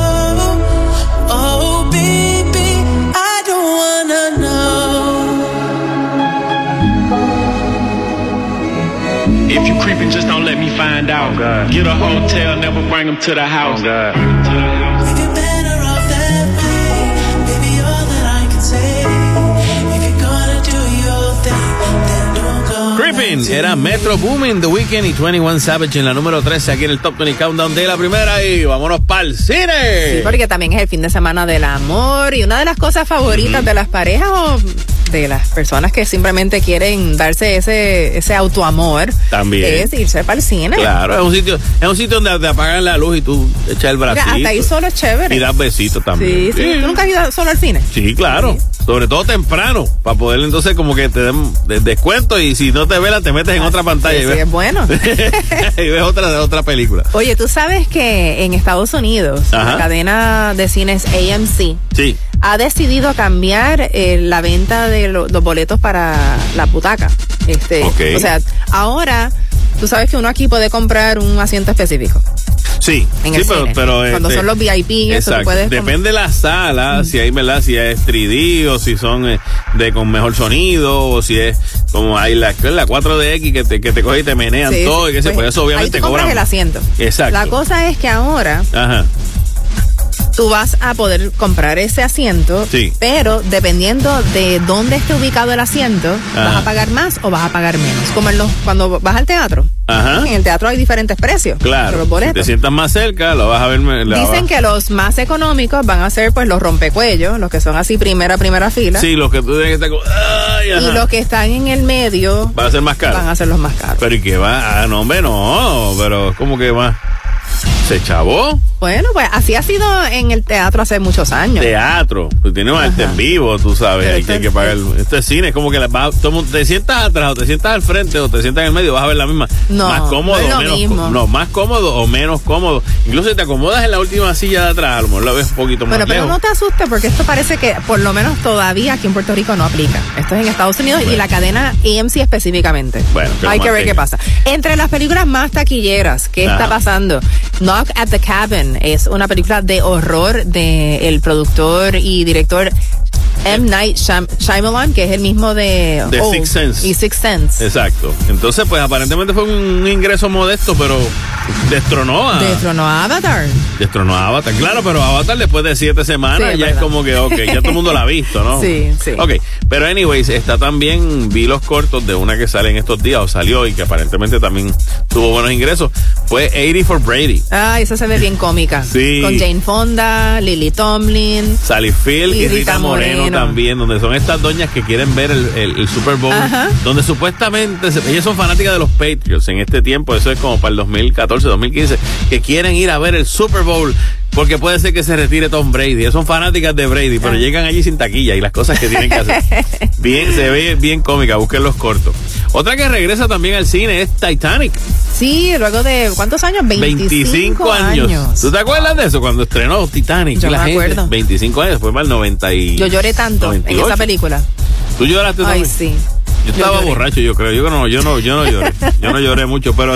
Oh baby, I don't wanna know. If you creeping, just don't let me find out. Get a hotel, never bring them to the house. If you're better off that way, baby, all that I can say. If you're gonna do your thing, then don't go. Creeping era Metro Boomin, The Weeknd y twenty-one Savage en la número trece aquí en el Top veinte Countdown de la primera. Y vámonos para el cine. Sí, porque también es el fin de semana del amor y una de las cosas favoritas de las parejas o de las personas que simplemente quieren darse ese ese autoamor También. es irse para el cine. Claro, es un sitio, es un sitio donde te apagan la luz y tú echas el bracito. Mira, hasta ahí solo es chévere. Y das besitos Sí, también. sí. ¿Tú nunca has ido solo al cine? Sí, claro. Sí. Sobre todo temprano, para poder entonces como que te den de- descuento y si no te velas te metes en otra pantalla Sí, y sí, ves, es bueno. y ves otra, otra película. Oye, tú sabes que en Estados Unidos Ajá. la cadena de cines A M C Sí. ha decidido cambiar eh, la venta de lo- los boletos para la butaca. Este, Ok. O sea, ahora tú sabes que uno aquí puede comprar un asiento específico. Sí, En sí, el pero, cine. pero Cuando este, son los V I P y eso, tú exacto. puedes com- Depende de la sala, si hay, ¿verdad? Si es tres D o si son eh, de con mejor sonido o si es como hay la, la cuatro D X que te, que te coge y te menean Sí, todo y que sí, se pues eso obviamente ahí tú compras cobran. el asiento. Exacto. La cosa es que ahora Ajá. tú vas a poder comprar ese asiento, Sí. pero dependiendo de dónde esté ubicado el asiento, Ajá. vas a pagar más o vas a pagar menos. Como en los, cuando vas al teatro. Ajá. En el teatro hay diferentes precios. Claro, Los si boletos. te sientas más cerca, lo vas a ver. la Dicen vas- que los más económicos van a ser pues los rompecuellos, los que son así primera, primera fila. Sí, los que tú tienes que estar como. Ay, ajá. Y los que están en el medio Van a ser más caros. van a ser los más caros. Pero ¿y qué va? Ah, no, hombre, no. Pero ¿cómo que va? ¿Se chavó? Bueno, pues así ha sido en el teatro hace muchos años. Teatro. Pues tiene un arte en vivo, tú sabes. Pero Hay esto que, hay que es- pagar. Esto es cine, es como que la, va- todo el mundo- te sientas atrás o te sientas al frente o te sientas en el medio, vas a ver la misma. No, más cómodo no es o lo menos mismo. có- No, más cómodo o menos cómodo. Incluso si te acomodas en la última silla de atrás, a lo mejor la ves un poquito más Bueno, pero lejos. no te asustes porque esto parece que por lo menos todavía aquí en Puerto Rico no aplica. Esto es en Estados Unidos y la cadena A M C específicamente. Bueno, que lo hay que ver mantenga. qué pasa. Entre las películas más taquilleras, ¿qué Ajá. está pasando? Knock at the Cabin es una película de horror de el productor y director M. Night Shyam- Shyamalan, que es el mismo de, De Old Sixth Sense. y Sixth Sense. Exacto. Entonces, pues aparentemente fue un ingreso modesto, pero destronó a. Destronó a Avatar. Destronó a Avatar. Claro, pero Avatar después de siete semanas Sí, ya verdad. es como que, ok, ya todo el mundo la ha visto, ¿no? Sí, sí. Ok, pero anyways, está también, vi los cortos de una que sale en estos días, o salió y que aparentemente también tuvo buenos ingresos. Fue ochenta for Brady. Ah, esa se ve bien cómica. Sí. Con Jane Fonda, Lily Tomlin. Sally Field y, Y Rita, Rita Moreno, Moreno. también, donde son estas doñas que quieren ver el, el- el Super Bowl, Ajá. donde supuestamente se- ellas son fanáticas de los Patriots en este tiempo, eso es como para el dos mil catorce, dos mil quince, que quieren ir a ver el Super Bowl porque puede ser que se retire Tom Brady. Ellas son fanáticas de Brady, pero llegan allí sin taquilla y las cosas que tienen que hacer. Bien, se ve bien cómica, busquen los cortos. Otra que regresa también al cine es Titanic. Sí, luego de ¿cuántos años? veinticinco, veinticinco años. ¿Tú te acuerdas de eso cuando estrenó Titanic? Yo Y la me gente, acuerdo. veinticinco años, después para el noventa y Yo lloré tanto noventa y en ocho. esa película. ¿Tú lloraste Ay, también? sí. Yo Yo estaba lloré. borracho, yo creo. Yo no, yo no, yo no lloré. Yo no lloré mucho, pero,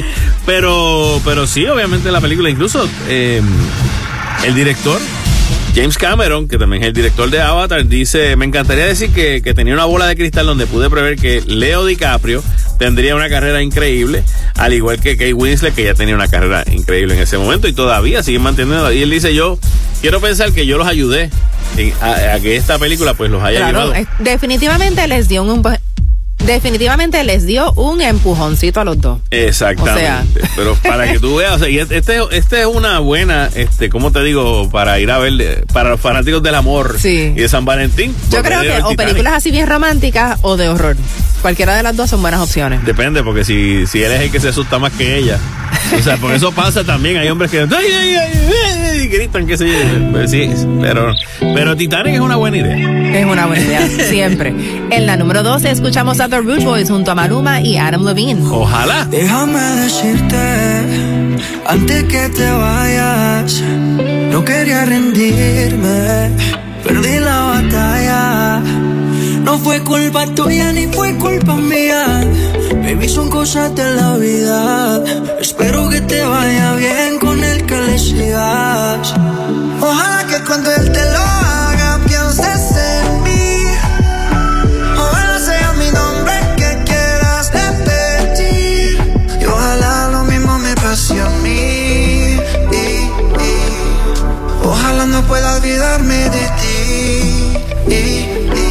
pero, pero sí, obviamente la película, incluso eh, el director James Cameron, que también es el director de Avatar, dice: me encantaría decir que, que tenía una bola de cristal donde pude prever que Leo DiCaprio tendría una carrera increíble, al igual que Kate Winslet, que ya tenía una carrera increíble en ese momento y todavía sigue manteniendo. Y él dice, yo quiero pensar que yo los ayudé a, a que esta película pues los haya claro, llevado. Definitivamente les dio un definitivamente les dio un empujoncito a los dos. Exactamente. O sea. Pero para que tú veas, o sea, y este, este es una buena, este, ¿cómo te digo? Para ir a ver, para los fanáticos del amor sí. y de San Valentín. Yo creo que o películas así bien románticas o de horror. Cualquiera de las dos son buenas opciones. Depende, porque si, si él es el que se asusta más que ella. O sea, porque eso pasa también. Hay hombres que ay, ay, ay, ay, y gritan, qué sé yo. Sí, pero, pero Titanic es una buena idea. Es una buena idea, siempre. En la número doce escuchamos a The Rude Boys junto a Maluma y Adam Levine. Ojalá. Déjame decirte, antes que te vayas, no quería rendirme, perdí la batalla. No fue culpa tuya ni fue culpa mía. Baby, son cosas de la vida. Espero que te vaya bien con el que le sigas. Ojalá que cuando él te lo haga pienses en mí. Ojalá sea mi nombre que quieras repetir. Y ojalá lo mismo me pase a mí. Y, y, ojalá no pueda olvidarme de ti. Y, y,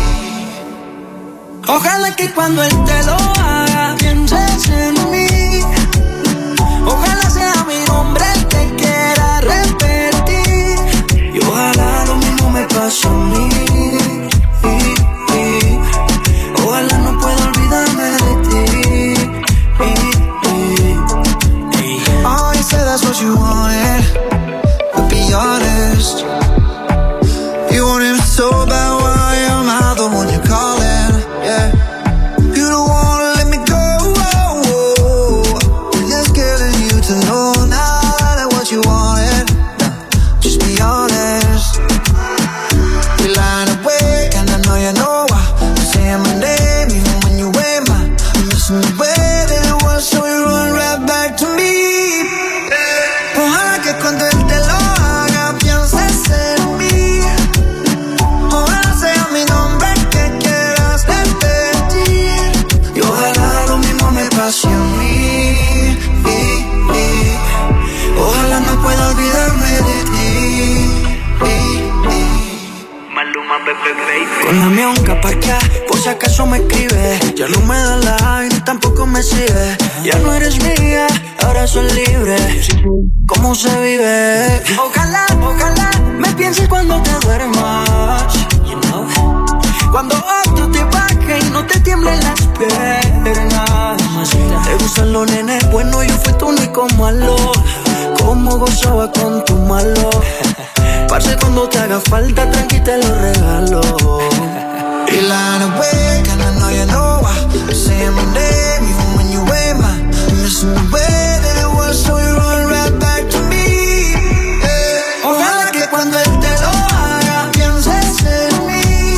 ojalá que cuando él te lo haga pienses en mí. Ojalá sea mi nombre el que quiera repetir. Y ojalá lo mismo me pase a mí. Y, y, ojalá no pueda olvidarme de ti. Y, y, oh, you said that's what you wanted. But be honest, you want him so bad. Why am I the one you're calling? Yeah. You don't wanna let me go. Just getting you to know now that what you wanted. No, just be honest. You're lying awake and I know you know why. You're saying my name even when you ain't mine. I'm missing the way that it was, so you run right back to me. Ojalá que cuando él te lo haga pienses en mí. Ojalá sea mi nombre que quieras repetir. Y ojalá lo mismo me pase a mí. Y, y, ojalá no pueda olvidarme de ti. Y, y, Maluma, bebé, baby. con la mionca pa' acá, por si acaso me escribe. Ya no me da like, ni tampoco me sigue. Ya no eres mía, ahora soy libre. ¿Cómo se vive? Ojalá, ojalá me pienses cuando te duermas. You know? Cuando otro te baje y no te tiemblen las piernas. Te gustan los nenes, bueno, yo fui tu único malo. Cómo gozaba con tu malo. Parce, cuando te haga falta, tranqui te lo regalo. You're lying awake and I know you know why. You're saying my name even when you ain't mine. I'm missing the way that it was, so you run right back to me. Yeah. Ojalá que cuando él te lo haga pienses en mí.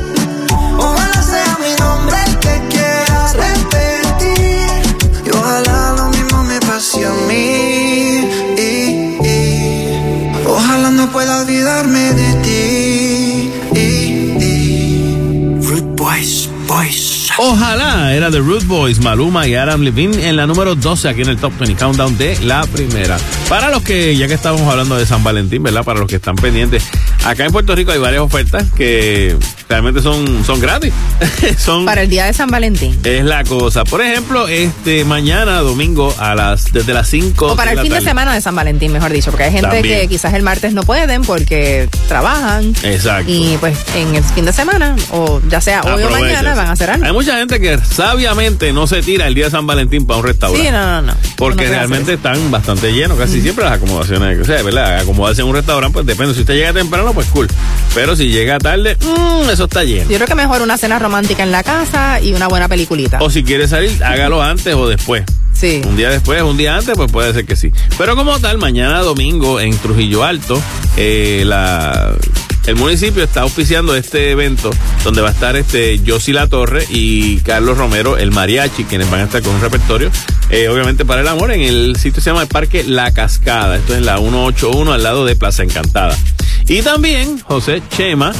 Ojalá sea mi nombre el que quieras repetir. Y ojalá lo mismo me pase a mí. Y, y, ojalá no pueda olvidarme de ti. Y, y, Rude Boys, Boys. Ojalá era The Rude Boys, Maluma y Adam Levine en la número doce aquí en el Top veinte Countdown de la primera. Para los que, ya que estamos hablando de San Valentín, ¿verdad? Para los que están pendientes, acá en Puerto Rico hay varias ofertas que realmente son, son gratis. son para el día de San Valentín. Es la cosa. Por ejemplo, este mañana domingo a las desde las cinco. O para el fin tarde. de semana de San Valentín, mejor dicho, porque hay gente También. que quizás el martes no pueden porque trabajan. Exacto. Y pues en el fin de semana, o ya sea hoy Aprovechas. o mañana, van a hacer algo. Hay mucha gente que sabiamente no se tira el día de San Valentín para un restaurante. Sí, no, no, no. Porque no realmente están bastante llenos, casi mm. siempre las acomodaciones. O sea, ¿verdad? Acomodarse en un restaurante, pues depende. Si usted llega temprano, pues cool. Pero si llega tarde, mmm, eso está lleno. Yo creo que mejor una cena romántica en la casa y una buena peliculita. O si quiere salir, hágalo antes o después. Sí. Un día después, un día antes, pues puede ser que sí. Pero como tal, mañana domingo en Trujillo Alto, eh, la... el municipio está auspiciando este evento donde va a estar este Yossi La Torre y Carlos Romero, el mariachi, quienes van a estar con un repertorio, eh, obviamente para el amor, en el sitio se llama el Parque La Cascada. Esto es en la ciento ochenta y uno al lado de Plaza Encantada. Y también José Chema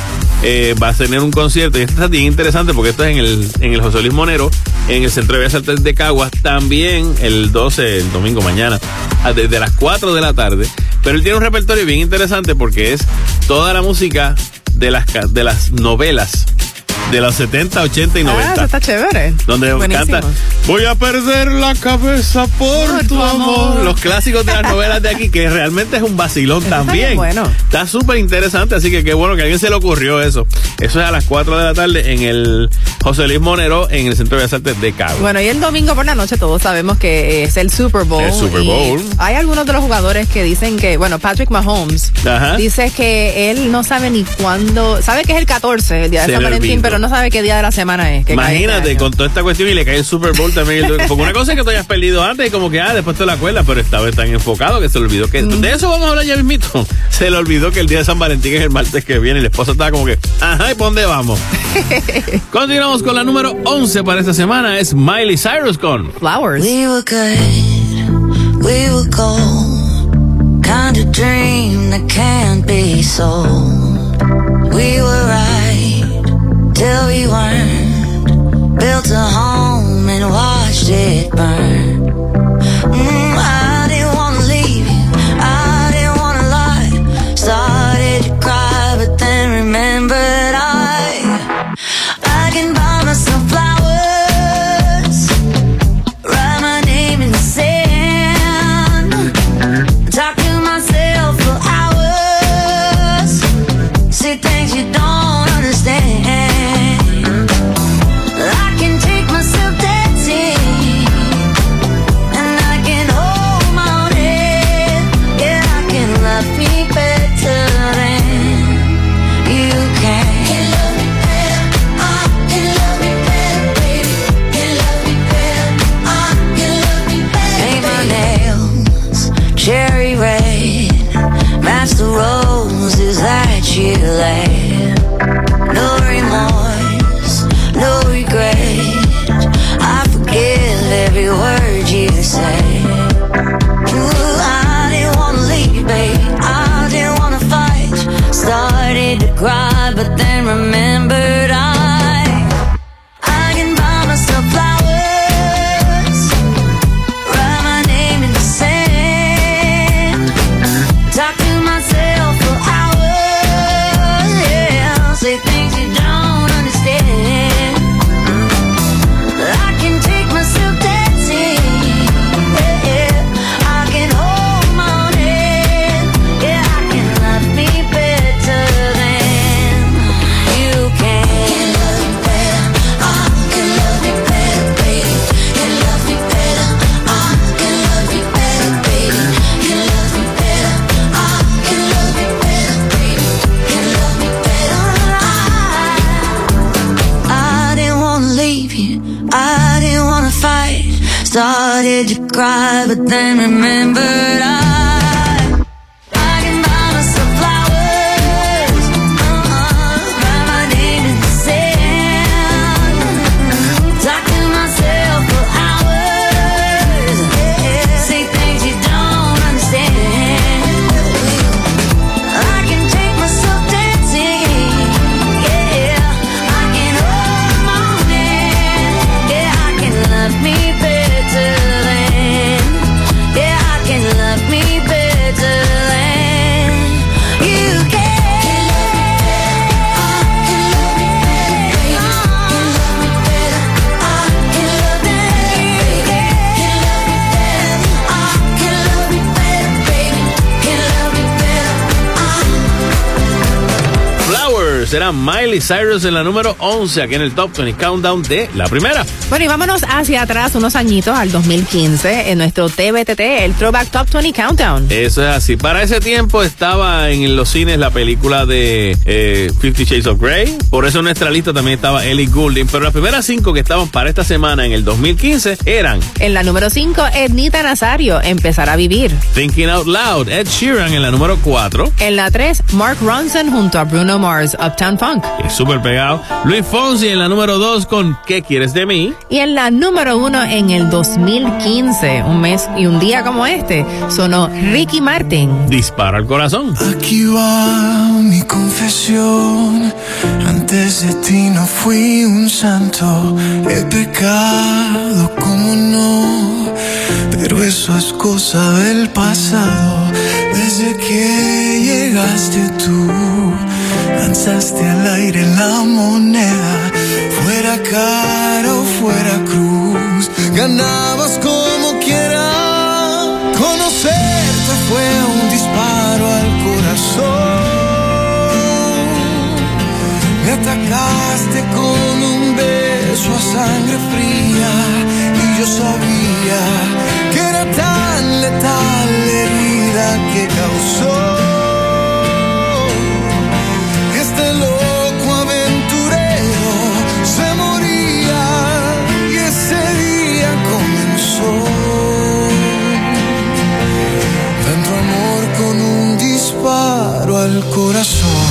eh, va a tener un concierto. Y esto está bien interesante porque esto es en el, en el José Luis Monero, en el Centro de Bellas Artes de Caguas, también el doce, el domingo mañana, desde las cuatro de la tarde. Pero él tiene un repertorio bien interesante porque es toda la música de las, de las novelas de los setenta, ochenta y noventa. Ah, eso está chévere. Donde Buenísimo. canta voy a perder la cabeza por, por tu amor. amor. Los clásicos de las novelas de aquí, que realmente es un vacilón eso también. Está bueno. Está súper interesante, así que qué bueno que a alguien se le ocurrió eso. Eso es a las cuatro de la tarde en el José Luis Monero, en el Centro de Bellas Artes de Cabo. Bueno, y el domingo por la noche todos sabemos que es el Super Bowl. El Super Bowl. Hay algunos de los jugadores que dicen que, bueno, Patrick Mahomes Ajá. dice que él no sabe ni cuándo, sabe que es el catorce, el día de se San Valentín, pero no sabe qué día de la semana es. Imagínate, con toda esta cuestión y le cae el Super Bowl también. Porque una cosa es que tú hayas perdido antes y como que, ah, después te la acuerdas, pero esta vez tan enfocado que se le olvidó que... Mm. De eso vamos a hablar ya mismito. Se le olvidó que el día de San Valentín es el martes que viene y la esposa estaba como que, ajá, ¿y por dónde vamos? Continuamos con la número once para esta semana. Es Miley Cyrus con Flowers. We were good, we were gold, kind of dream that can't be sold. We were right till we weren't, built a home and watched it burn. Mm, I didn't wanna leave you, I didn't wanna lie. Started to cry, but then remembered I, I can buy myself flowers, write my name in the sand, talk to myself for hours, say things you don't understand. Cherry red, match the roses that you laid. No remorse, no regret, I forgive every word you say. Ooh, I didn't wanna leave, babe, I didn't wanna fight. Started to cry, but then remembered I, I can buy myself flowers. Started to cry, but then remembered I, I can buy myself flowers, uh-huh, write my name in the sand, talk to myself for hours, yeah, say things you don't understand. I can take myself dancing, yeah, I can hold my hand, yeah, I can love me better. Será Miley Cyrus en la número once aquí en el Top veinte Countdown de la primera. Bueno, y vámonos hacia atrás unos añitos al dos mil quince en nuestro T V T T, el Throwback Top veinte Countdown. Eso es así. Para ese tiempo estaba en los cines la película de eh, Fifty Shades of Grey. Por eso en nuestra lista también estaba Ellie Goulding. Pero las primeras cinco que estaban para esta semana en el dos mil quince eran: en la número cinco, Ednita Nazario, Empezar a Vivir. Thinking Out Loud, Ed Sheeran en la número cuatro. En la tres, Mark Ronson junto a Bruno Mars, Uptown Uptown Funk. Es súper pegado. Luis Fonsi en la número dos con ¿Qué quieres de mí? Y en la número uno en el dos mil quince, un mes y un día como este, sonó Ricky Martin. Dispara al corazón. Aquí va mi confesión. Antes de ti no fui un santo. He pecado, como no. Pero eso es cosa del pasado. Desde que llegaste tú, lanzaste al aire la moneda. Fuera cara o fuera cruz, ganabas como quiera. Conocerte fue un disparo al corazón. Me atacaste con un beso a sangre fría. Y yo sabía que era tan letal la herida que causó este loco aventurero. Se moría y ese día comenzó. Tanto amor con un disparo al corazón.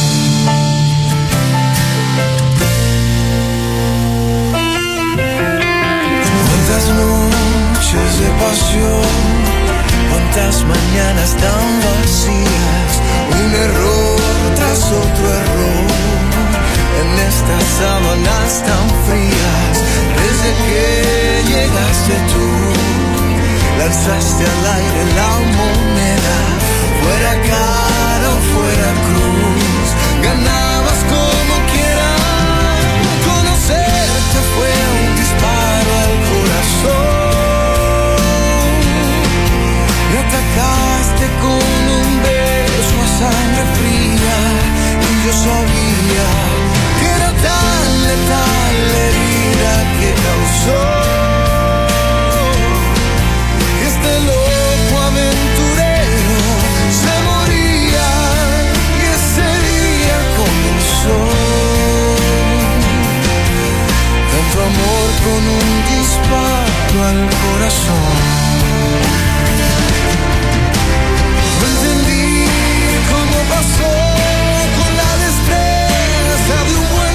Cuántas noches de pasión, cuántas mañanas tan vacías, un error tras otro error, en estas sábanas tan frías. Desde que llegaste tú, lanzaste al aire la moneda. Fuera cara o fuera cruz, ganabas como quiera. Conocerte fue un disparo al corazón. Me atacaste con un beso a sangre fría. Y yo sabía que era tan letal la herida que causó este loco aventurero. Se moría y ese día comenzó. Tanto amor con un disparo al corazón. No entendí cómo pasó con la destreza de un buen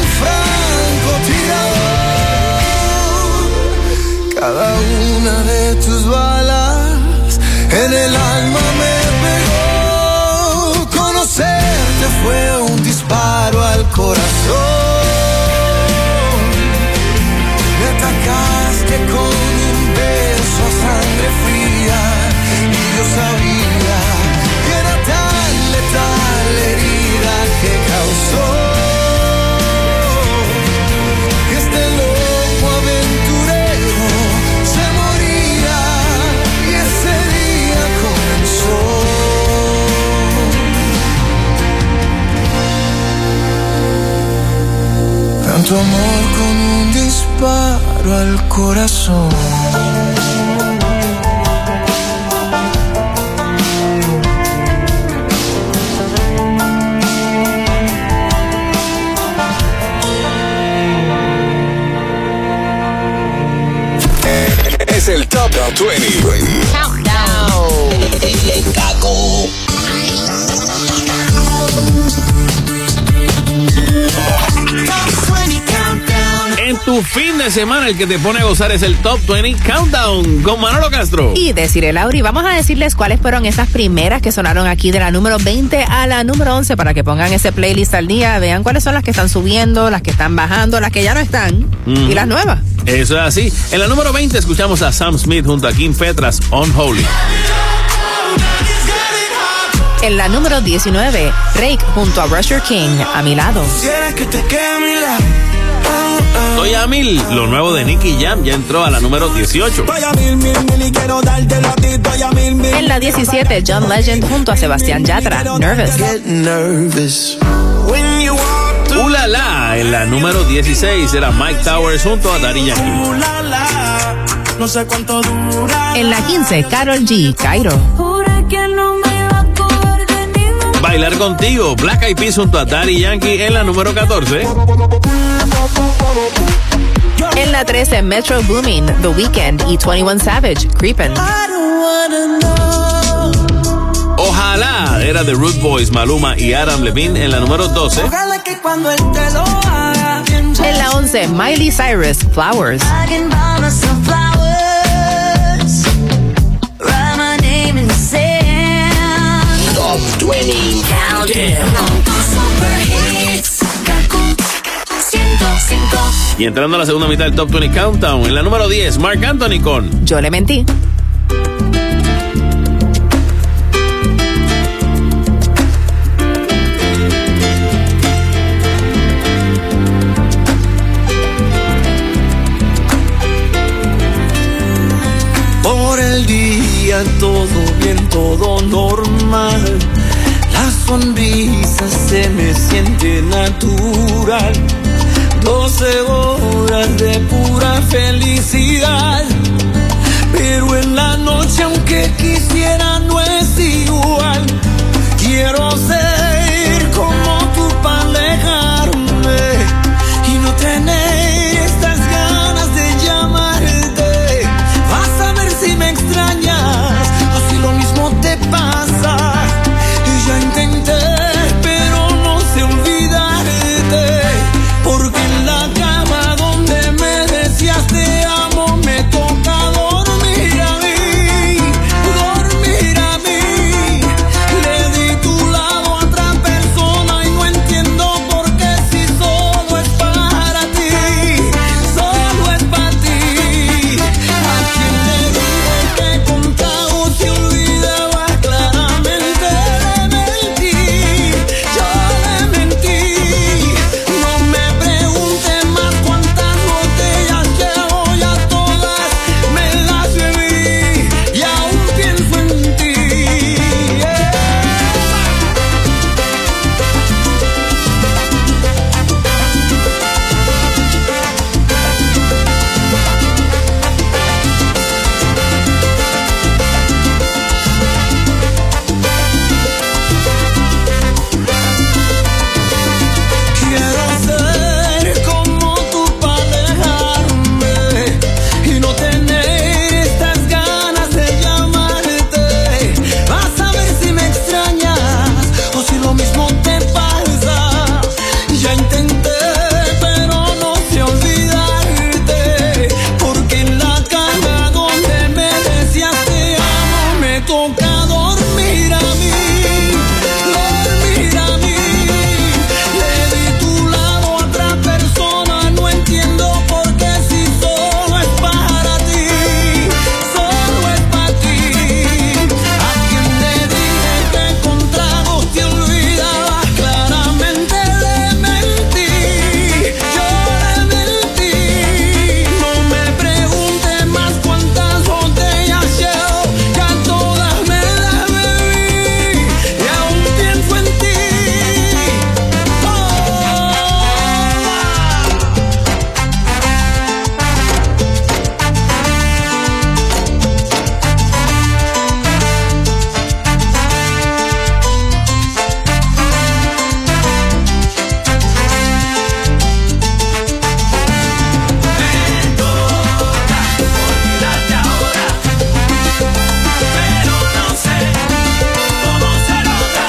francotirador. Cada una de tus balas en el alma me pegó. Conocerte fue un disparo al corazón. Me atacaste con un beso a sangre fría. Y yo sabía que era tan letal la herida que causó este loco aventurero. Se moría y ese día comenzó. Tanto amor con un disparo al corazón. Es el Top veinte. Countdown. En tu fin de semana el que te pone a gozar es el Top veinte Countdown con Manolo Castro y Desiree Lauri. Vamos a decirles cuáles fueron esas primeras que sonaron aquí de la número veinte a la número once para que pongan ese playlist al día, vean cuáles son las que están subiendo, las que están bajando, las que ya no están mm. y las nuevas. Eso es así. En la número veinte escuchamos a Sam Smith junto a Kim Petras, Unholy. En la número diecinueve, Drake junto a Rusher King, A Mi Lado. Estoy a mil, lo nuevo de Nicky Jam ya entró a la número dieciocho. En la diecisiete, John Legend junto a Sebastián Yatra, Nervous. Ulala, en la número dieciséis era Mike Towers junto a Daddy Yankee. En la quince, Karol G, Cairo. Bailar Contigo, Black Eyed Peas junto a Daddy Yankee en la número catorce. En la trece, Metro Boomin, The Weeknd y twenty-one Savage, Creepin'. Ojalá era de Root Boys, Maluma y Adam Levine en la número doce. cuando él te lo haga. En la once, Miley Cyrus, Flowers. I can buy myself flowers, write my name in the sand. Top veinte Countdown. Super hits, Kaku ciento cinco. Y entrando a la segunda mitad del Top veinte Countdown, en la número diez, Marc Anthony con Yo le mentí. Por el día todo bien, todo normal. La sonrisa se me siente natural. Doce horas de pura felicidad. Pero en la noche, aunque quisiera, no es igual. Quiero ser como tú para alejarme y no tener estas ganas de llamarte. Vas a ver si me extrañas o si lo mismo te pasa. Y ya intenté, pero no sé olvidarte, porque en la cama donde me decías te amo me toca dormir a mí, dormir a mí. Le di tu lado a otra persona y no entiendo por qué, si solo es para ti, solo es para ti. A quien le dije que contigo se olvidaba, claramente le mentí, yo le mentí. No me preguntes más cuántas botellas llevo, ya todas me las bebí y aún pienso en ti. Quiero ser como tú para alejarme y no tener estas ganas de llamarte. Vas a ver si me extrañas o si lo mismo te pasa. Ya intenté, pero no sé olvidarte, porque en la cama donde me decías te amo me toca dormir a mí, dormir a mí. Le di tu lado a otra persona, no entiendo por qué, si solo es para ti, solo es para ti. A quien le dije que con tragos te olvidaba, claramente le mentí, yo le mentí. No me preguntes más cuántas botellas llevo, ya todas me las bebí y aún pienso en ti. Pero no sé cómo se logra.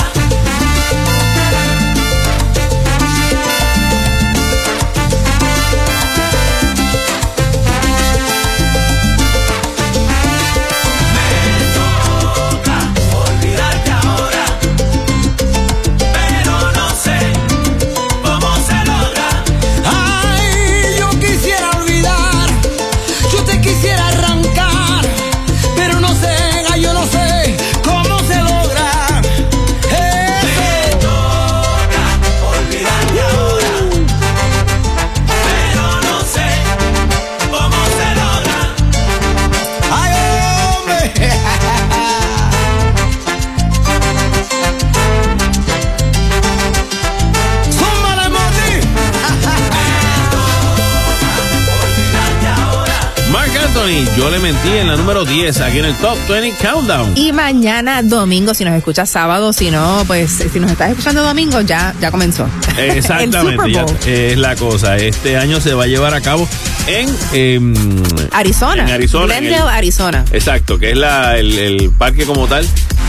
Me toca olvidarte ahora, pero no sé cómo se logra. Ay, yo quisiera olvidar, yo te quisiera arrancar, pero no sé, ay, yo no sé cómo se logra. Me toca olvidarte ahora, pero no sé cómo se logra. Ay, hombre. Súmale, Martín. Marc Anthony. Yo le mentí en la número diez, aquí en el Top veinte Countdown. Y mañana domingo, si nos escuchas sábado, si no, pues si nos estás escuchando domingo, ya, ya comenzó. Exactamente, El ya Super Bowl. es la cosa. Este año se va a llevar a cabo en em, Arizona. En Arizona. en Glendale, el- Arizona. Exacto, que es la, el, el parque como tal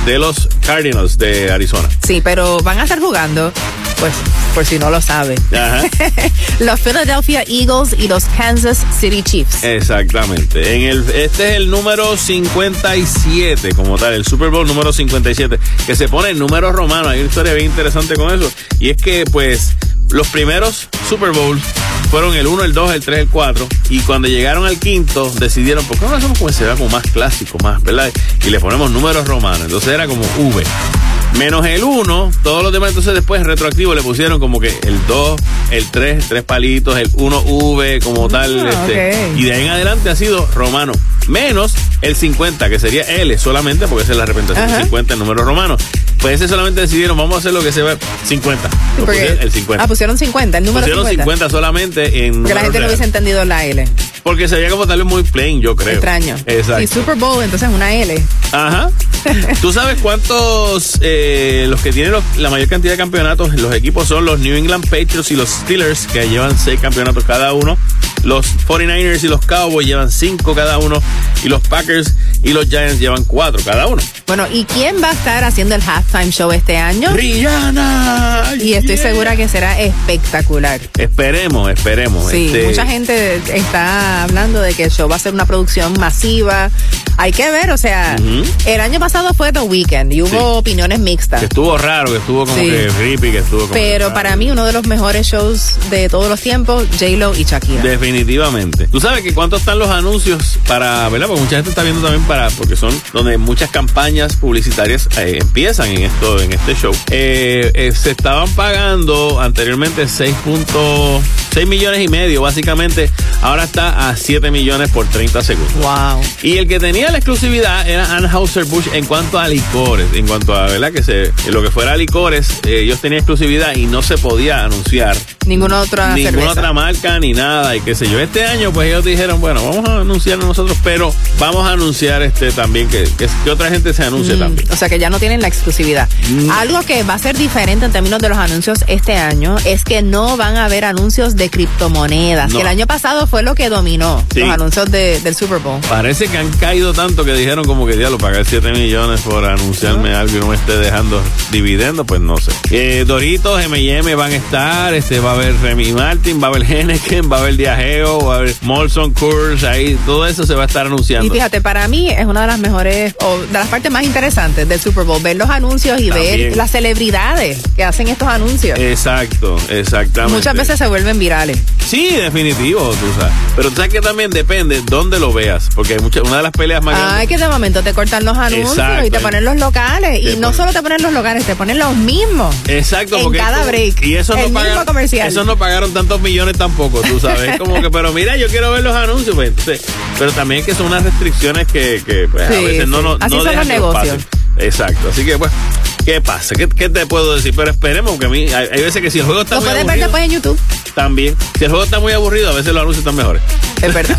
de los Cardinals de Arizona. Sí, pero van a estar jugando, pues, por si no lo sabe, Ajá. los Philadelphia Eagles y los Kansas City Chiefs. Exactamente. En el, este es el número cincuenta y siete, como tal, el Super Bowl número cincuenta y siete, que se pone en números romanos. Hay una historia bien interesante con eso. Y es que, pues, los primeros Super Bowls fueron el uno, el dos, el tres, el cuatro. Y cuando llegaron al quinto, decidieron, ¿por qué no lo hacemos como se vea como más clásico, más, ¿verdad? Y le ponemos números romanos. Entonces era como V. Menos el uno, todos los demás, entonces después retroactivo le pusieron como que el dos, el tres, tres palitos, el uno V como tal. Ah, este, okay. Y de ahí en adelante ha sido romano. Menos el cincuenta, que sería L solamente, porque esa es la representación de cincuenta en números romanos. Pues ese solamente decidieron, vamos a hacer lo que se ve cincuenta. Sí, porque, el cincuenta. Ah, pusieron cincuenta, el número pusieron cincuenta. cincuenta solamente en que la gente no hubiese entendido la L. Porque sería como tal vez muy plain, yo creo. Extraño. Exacto. Y Super Bowl, entonces una L. Ajá. ¿Tú sabes cuántos, eh, los que tienen los, la mayor cantidad de campeonatos, los equipos son los New England Patriots y los Steelers, que llevan seis campeonatos cada uno? Los cuarenta y nueve ers y los Cowboys llevan cinco cada uno. Y los Packers y los Giants llevan cuatro cada uno. Bueno, ¿y quién va a estar haciendo el halftime show este año? Rihanna. Y estoy yeah. segura que será espectacular. Esperemos, esperemos. Sí, este... mucha gente está hablando de que el show va a ser una producción masiva. Hay que ver, o sea, uh-huh. el año pasado fue The Weeknd y hubo sí. opiniones mixtas. Que estuvo raro, que estuvo como sí. que creepy, que estuvo como Pero para mí uno de los mejores shows de todos los tiempos, J-Lo y Shakira. Definitivamente. Tú sabes que cuántos están los anuncios para, ¿verdad? Porque mucha gente está viendo también para, porque son donde muchas campañas publicitarias eh, empiezan en esto, en este show. Eh, eh, se estaban pagando anteriormente seis punto seis millones y medio, básicamente. Ahora está a siete millones por treinta segundos. Wow. Y el que tenía la exclusividad era Anheuser-Busch en cuanto a licores, en cuanto a, ¿verdad? Que se, lo que fuera licores, eh, ellos tenían exclusividad y no se podía anunciar ninguna otra ninguna cerveza. otra marca ni nada y qué sé yo. Este año pues ellos dijeron, bueno, vamos a anunciar nosotros, pero vamos a anunciar este también que, que, que otra gente se anuncie mm, también. O sea que ya no tienen la exclusividad. Mm. Algo que va a ser diferente en términos de los anuncios este año es que no van a haber anuncios de criptomonedas, no. que el año pasado fue lo que dominó sí. los anuncios de, del Super Bowl. Parece que han caído tanto que dijeron como que diablo, pagar siete millones por anunciarme ¿no? algo y no me esté dejando dividendos, pues no sé. Eh, Doritos, eme y eme van a estar, este va a haber Remy Martin, va a haber Heineken, va a haber Diageo, va a haber Molson Coors, ahí todo eso se va a estar anunciando. Y fíjate, para mí es una de las mejores o de las partes más interesantes del Super Bowl, ver los anuncios y también ver las celebridades que hacen estos anuncios. Exacto, exactamente. Muchas veces se vuelven virales. Sí, definitivo, tú sabes. Pero tú sabes que también depende dónde lo veas, porque hay mucha, una de las peleas más grandes. Ay, que de momento te cortan los anuncios exacto. y te ponen los locales. Te y no solo te ponen los locales, te ponen los mismos. Exacto, en porque cada break. Y eso el no mismo pagan, comercial. Eso no pagaron tantos millones tampoco, tú sabes. Es como que, pero mira, yo quiero ver los anuncios. Pues, entonces, pero también que son unas restricciones que, que pues, sí, a veces sí. no, no, Así no son dejan los que negocios. pasen. Exacto, así que pues, ¿qué pasa? ¿Qué, qué te puedo decir? Pero esperemos que a mí, hay, hay veces que si el juego está lo muy puedes aburrido, ver después en YouTube. También, si el juego está muy aburrido, a veces los anuncios están mejores. Es verdad.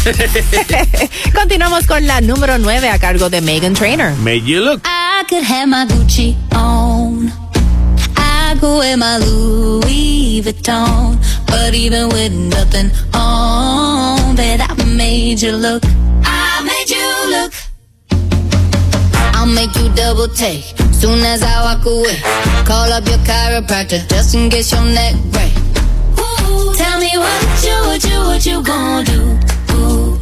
Continuamos con la número nueve a cargo de Meghan Trainor. Made you look. I could have my Gucci on. I could wear my Louis Vuitton. But even with nothing on, bet I made you look. I made you look. I'll make you double take soon as I walk away. Call up your chiropractor just in case your neck break. Ooh, tell me what you, what you, what you gonna do? Ooh.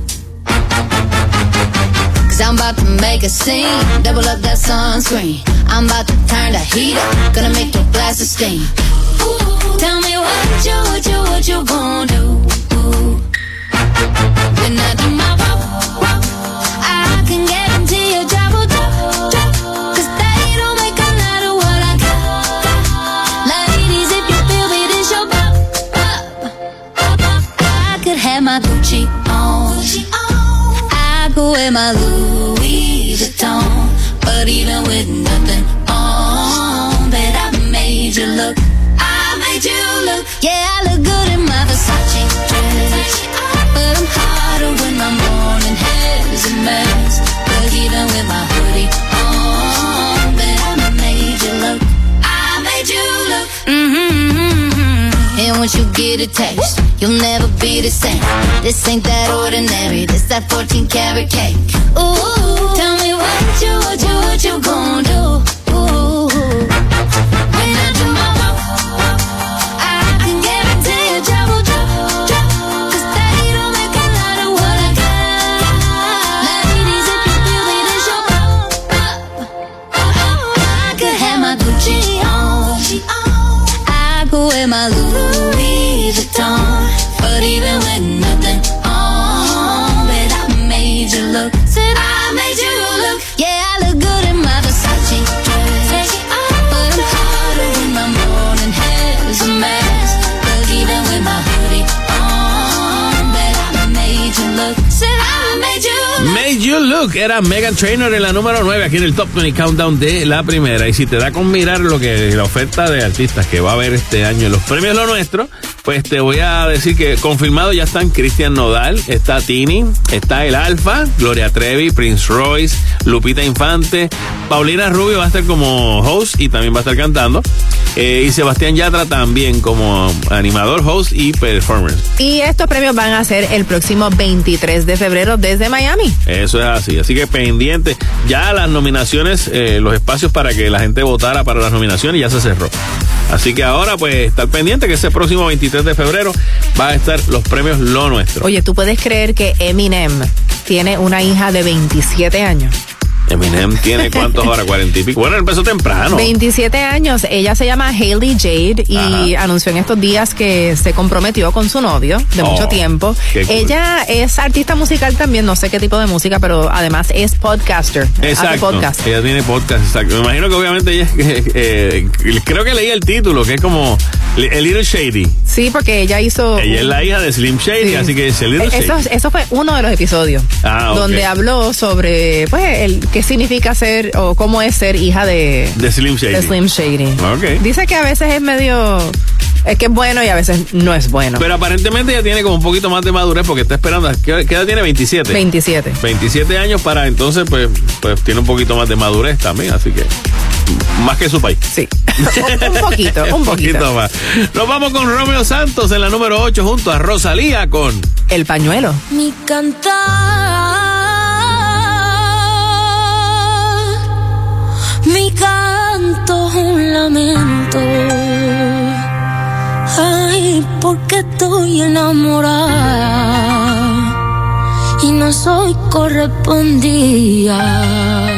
Cause I'm about to make a scene, double up that sunscreen. I'm about to turn the heat up, gonna make your glasses steam. Ooh, tell me what you, what you, what you gonna do? Ooh. When I do my walk, walk, I can guarantee your job will drop, drop. Cause they don't make a lot of what I got. Ladies, if you feel me, this your pop, pop, pop. I could have my Gucci on. I could wear my Louis Vuitton. But even with nothing on, bet I made you look. I made you look. Yeah, I look good in my Versace dress. But I'm hotter when my morning hair is a mess. But even with my hoodie on, bet I made you look. I made you look. Mm-hmm. And once you get a taste, you'll never be the same. This ain't that ordinary. This that fourteen karat cake. Ooh, tell me what you, what you, what you gon' do? But even with nothing on, bet I made you look. Said I made you look. Yeah, I look good in my Versace dress, but I'm hotter when my morning hair's a mess. But even with my hoodie on, bet I made you look. Said I made you look. Made You Look era Meghan Trainor en la número nueve aquí en el Top veinte Countdown de la primera. Y si te da con mirar lo que la oferta de artistas que va a haber este año en los premios Lo Nuestro, pues te voy a decir que confirmado ya están Cristian Nodal, está Tini, está el Alfa, Gloria Trevi, Prince Royce, Lupita Infante, Paulina Rubio va a estar como host y también va a estar cantando. Eh, y Sebastián Yatra también como animador, host y performer. Y estos premios van a ser el próximo veintitrés de febrero desde Miami. Eso es así, así que pendiente. Ya las nominaciones, eh, los espacios para que la gente votara para las nominaciones ya se cerró. Así que ahora pues estar pendiente que ese próximo veintitrés de febrero va a estar los premios Lo Nuestro. Oye, ¿tú puedes creer que Eminem tiene una hija de veintisiete años? Eminem tiene cuántos ahora, cuarenta y pico. Bueno, empezó temprano. veintisiete años. Ella se llama Hailey Jade y Ajá. anunció en estos días que se comprometió con su novio de oh, mucho tiempo. Cool. Ella es artista musical también, no sé qué tipo de música, pero además es podcaster. Exacto. Hace podcast. Ella tiene podcast, exacto. Me imagino que obviamente ella, eh, eh, creo que leí el título, que es como A Little Shady. Sí, porque ella hizo... Ella es la hija de Slim Shady, sí. así que es A Little eso, Shady. Eso fue uno de los episodios. Ah, okay. Donde habló sobre, pues, el qué significa ser o cómo es ser hija de, de Slim Shady. De Slim Shady. Okay. Dice que a veces es medio, es que es bueno y a veces no es bueno. Pero aparentemente ella tiene como un poquito más de madurez porque está esperando, ¿qué, qué edad tiene? veintisiete. veintisiete. veintisiete años para entonces, pues, pues tiene un poquito más de madurez también, así que más que su país. Sí. un, un poquito, un, un poquito. poquito más. Nos vamos con Romeo Santos en la número ocho junto a Rosalía con El Pañuelo. Mi cantar, mi canto es un lamento. Ay, porque estoy enamorada y no soy correspondida.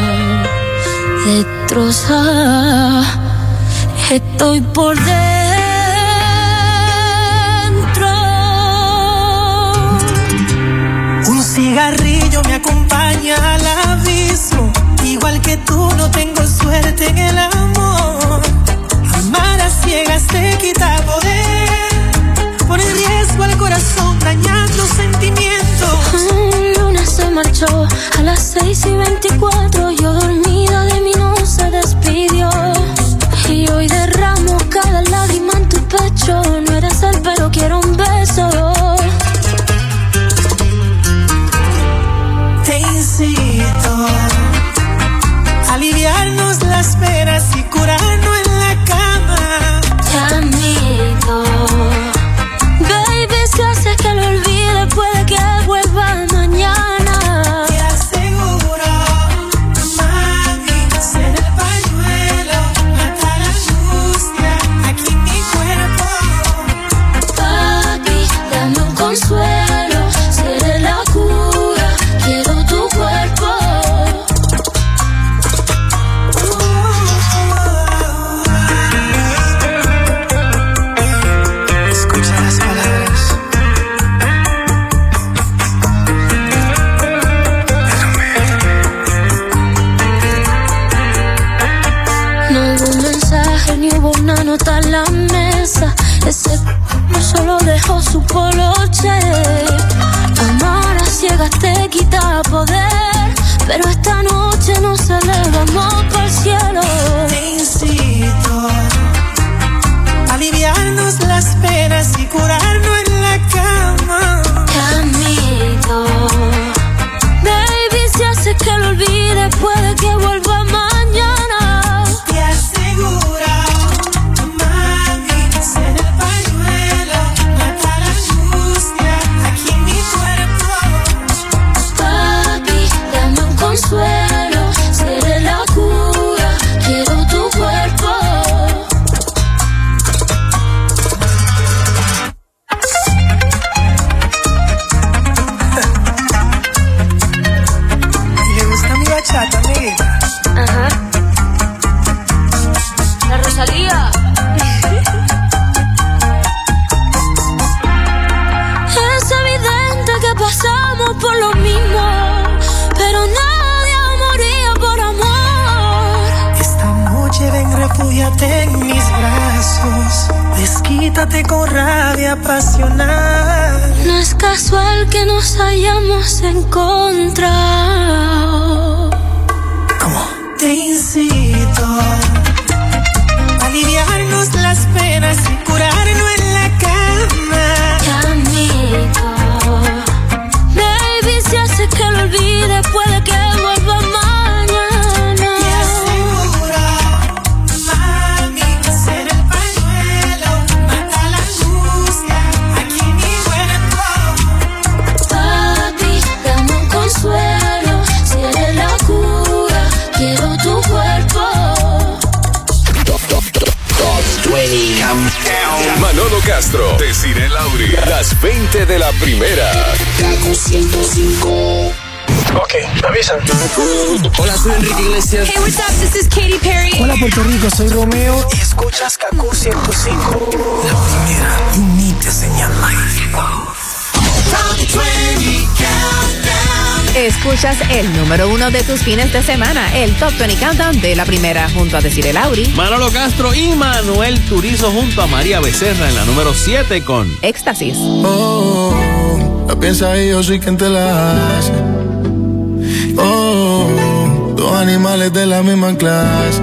Destrozada estoy por dentro. Un cigarrillo me acompaña al abismo. Igual que tú no tengo suerte en el amor. Amar a ciegas te quita poder. Pone en riesgo al corazón dañando sentimientos. Un lunes se marchó a las seis y veinticuatro. Yo dormida de mí no se despidió. Y hoy derramo cada lágrima en tu pecho. No eres él pero quiero un beso. Te incito a aliviarnos las penas y curarnos en la cama. Te admito, baby, si haces que lo olvide puede que vuelva mañana. Te aseguro, mami, ser el pañuelo, matar la angustia aquí en mi cuerpo. Papi, dame un consuelo, seré la cura, quiero tu cuerpo. Escucha las palabras. No hubo un mensaje ni hubo una nota en la mesa. Ese no solo dejó su poloche. Amar a ciegas te quita poder, pero esta noche nos elevamos por el cielo. Te incito a aliviarnos las penas y curarnos en la cama. Te admito, baby, si haces que lo olvide puede que vuelva mañana. Te aseguro, mami, ser el pañuelo, matar la angustia aquí en mi cuerpo. Papi, dame un consuelo, seré la cura, quiero tu cuerpo. quédate en mis brazos, desquítate con rabia apasionada. No es casual que nos hayamos encontrado. ¿Cómo? Te incito a aliviarnos las penas y curarnos en la cama. Amito, baby, si hace que lo olvide, puede que vuelva mañana. Y asegura, mami, ser el pañuelo, mata la angustia, aquí mi cuerpo. Papi, dame un consuelo, si eres la cura, quiero tu cuerpo. veinte Countdown. Manolo Castro, Desiree Lauri, las veinte de la primera. Kaku ciento cinco. Ok, me avisan. Hola, soy Enrique Iglesias. Hey, what's up? This is Katy Perry. Hola, Puerto Rico, soy Romeo y escuchas Kaku ciento cinco. La primera, you need to señal life. Top veinte Countdown. Escuchas el número uno de tus fines de semana, el Top veinte Countdown de la primera, junto a Desiree Lauri, Manolo Castro y Manuel Turizo junto a María Becerra en la número siete con Éxtasis. Oh, la piensa y yo soy quien te la hace. Oh, dos animales de la misma clase.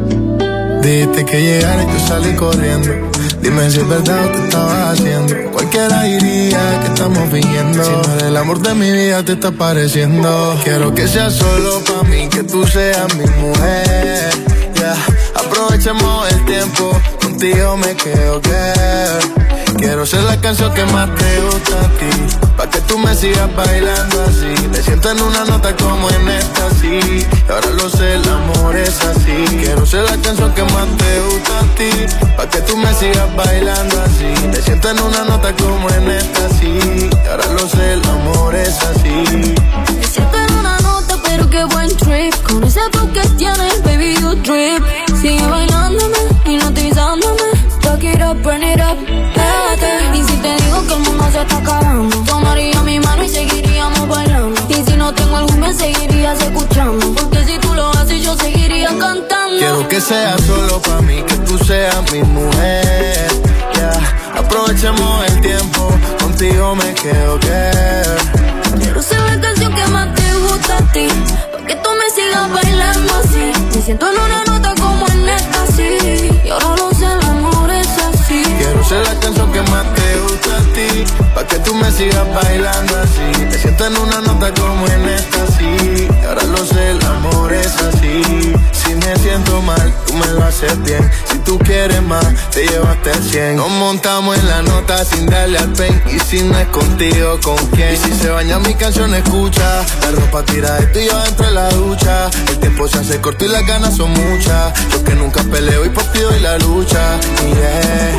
Dijiste que llegara y yo salí corriendo. Dime si es verdad o te estabas haciendo. Cualquiera diría que estamos fingiendo. Si no eres el amor de mi vida te está pareciendo. Quiero que sea solo pa' mí, que tú seas mi mujer. Yeah. Aprovechemos el tiempo, contigo me quedo, girl. Quiero ser la canción que más te gusta a ti, pa' que tú me sigas bailando así. Me siento en una nota como en esta, sí. Y ahora lo sé, el amor es así. Quiero ser la canción que más te gusta a ti, pa' que tú me sigas bailando así. Me siento en una nota como en esta, sí. Y ahora lo sé, el amor es así. Me siento en una nota, pero qué buen trip. Con ese flow que tienes, baby, you drip. Sigue bailándome, hipnotizándome. Talk it up, burn it up, pégate. Y si te digo que el mundo se está acabando, tomaría mi mano y seguiríamos bailando. Y si no tengo algún me seguirías escuchando, porque si tú lo haces yo seguiría cantando. Quiero que sea solo pa' mí, que tú seas mi mujer. Yeah. Aprovechemos el tiempo, contigo me quedo, girl. Quiero ser la canción que más te gusta a ti, pa' que tú me sigas bailando así. Me siento en una nota como en esta, sí. Y ahora lo sé, el amor es así. Quiero ser la canción que más te gusta a ti, pa' que tú me sigas bailando así. Me siento en una nota como en esta, sí. Y ahora lo sé, el amor es así. Si me siento mal, tú me lo haces bien. Si tú quieres más, te llevaste el cien. Nos montamos en la nota sin darle al pen. Y si no es contigo, ¿con quién? Y si se baña mi canción, escucha. La ropa tira de tú y yo dentro de la ducha. El tiempo se hace corto y las ganas son muchas. Yo que nunca peleo y por ti doy la lucha. Yeah.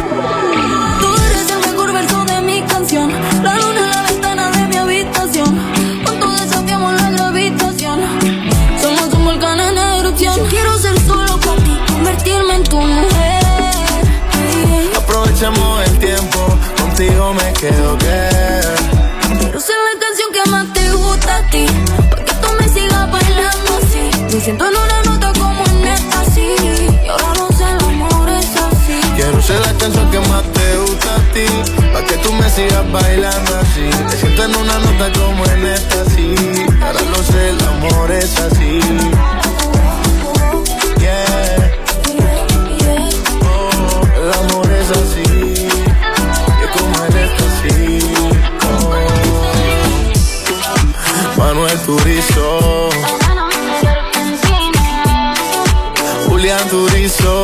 Tú eres el mejor verso de mi canción. La luna en la ventana de mi habitación. Juntos desafiamos la gravitación. Somos un volcán en erupción. Yo quiero ser solo para ti, convertirme en tu mujer. Aprovechemos el tiempo, contigo me quedo, girl. Quiero ser la canción que más te gusta a ti, pa' que tú me sigas bailando así. Me siento en una nota como en esta, sí. Y ahora no sé, el amor es así. Quiero ser la canción que más te gusta a ti, pa' que tú me sigas bailando así. Me siento en una nota como en esta, sí. Ahora lo sé, el amor es así. Yeah. Oh, el amor es así. Y como en esta, sí. Oh. Manuel Turizo, Julián Turizo.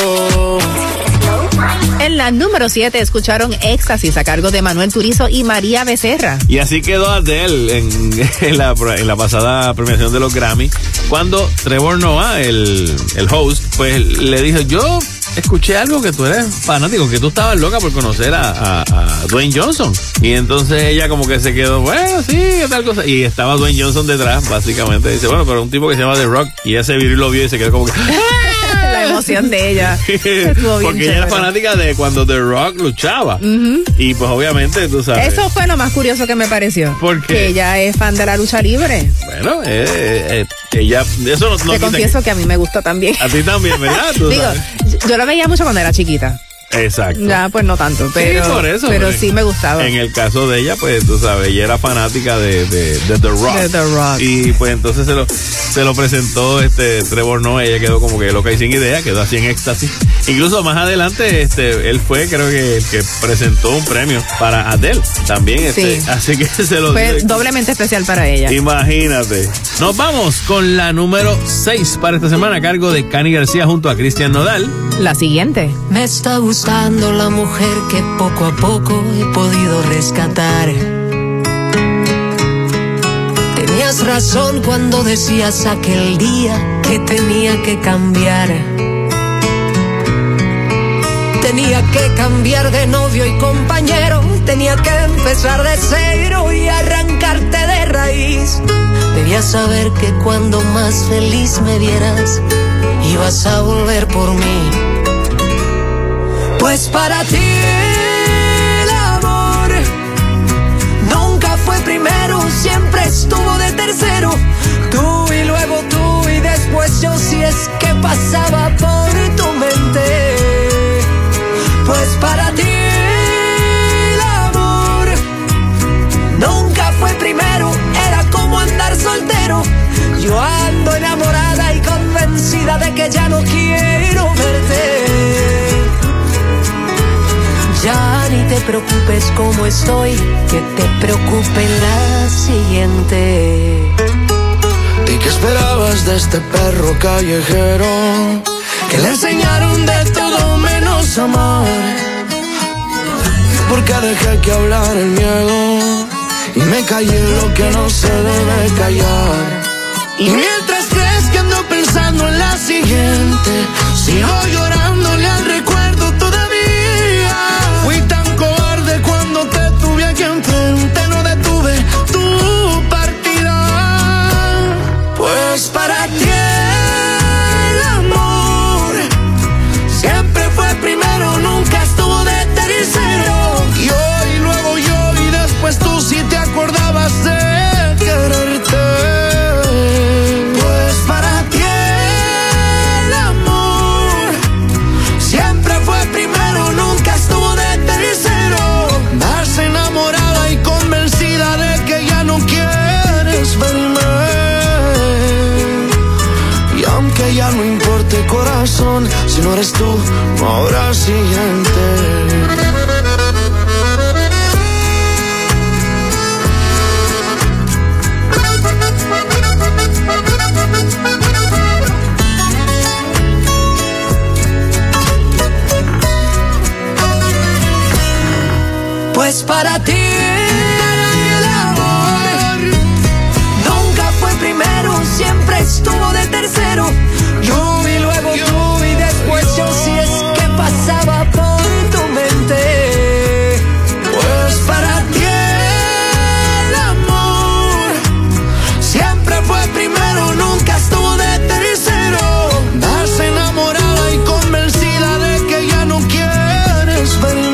En la número siete escucharon Éxtasis a cargo de Manuel Turizo y María Becerra. Y así quedó Adele en, en, la, en la pasada premiación de los Grammy, cuando Trevor Noah, el, el host, pues le dijo: yo escuché algo que tú eres fanático, que tú estabas loca por conocer a, a, a Dwayne Johnson. Y entonces ella como que se quedó, bueno, sí, tal cosa. Y estaba Dwayne Johnson detrás, básicamente. Dice, bueno, pero un tipo que se llama The Rock. Y ese viril lo vio y se quedó como que... La promoción de ella. Estuvo bien Porque ella era fanática de cuando The Rock luchaba. Uh-huh. Y pues obviamente, tú sabes. Eso fue lo más curioso que me pareció. ¿Por qué? Que ella es fan de la lucha libre. Bueno, eh, eh, ella, eso no, no Te confieso que... que a mí me gusta también. A ti también, ¿verdad? ¿Tú Digo, sabes? Yo la veía mucho cuando era chiquita. Exacto. Ya, pues no tanto, pero, sí, por eso, pero pues, sí me gustaba. En el caso de ella, pues tú sabes, ella era fanática de, de, de The Rock. De The Rock. Y pues entonces se lo, se lo presentó este Trevor Noah, ella quedó como que loca y sin idea, quedó así en éxtasis. Incluso más adelante, este, él fue, creo que el que presentó un premio para Adele también, este, sí. Así que se lo fue dio. Doblemente especial para ella. Imagínate. Nos vamos con la número seis para esta semana a cargo de Cani García junto a Cristian Nodal. La siguiente. Me está gustando la mujer que poco a poco he podido rescatar. Tenías razón cuando decías aquel día que tenía que cambiar. Tenía que cambiar de novio y compañero. Tenía que empezar de cero y arrancarte de raíz. Debías saber que cuando más feliz me vieras, ibas a volver por mí. Pues para ti el amor nunca fue primero, siempre estuvo de tercero. Tú y luego tú y después yo, si es que pasaba por tu mente. Pues para ti el amor nunca fue primero, era como andar soltero. Yo ando enamorada y convencida de que ya no quiero verte. Ya ni te preocupes como estoy, que te preocupe la siguiente. ¿Y qué esperabas de este perro callejero? Que le enseñaron de todo menos amar. Porque dejé que hablara el miedo y me callé lo que no se debe callar. Y mientras crees que ando pensando en la siguiente, sigo llorándole al recuerdo todavía. Fui tan cobarde cuando te tuve aquí enfrente, no detuve tu partida. Pues para ti el amor siempre fue primero, nunca estuvo de tercero. Yo y luego yo y después tú, si te acordabas de quererte. Pues para ti el amor siempre fue primero, nunca estuvo de tercero. Vas enamorada y convencida de que ya no quieres verme. Y aunque ya no importe corazón, si no eres tú, no habrá siguiente. Pues para ti el amor nunca fue primero, siempre estuvo de tercero. Yo y luego tú y después yo, si es que pasaba por tu mente. Pues para ti el amor siempre fue primero, nunca estuvo de tercero. Vas enamorada y convencida de que ya no quieres verme.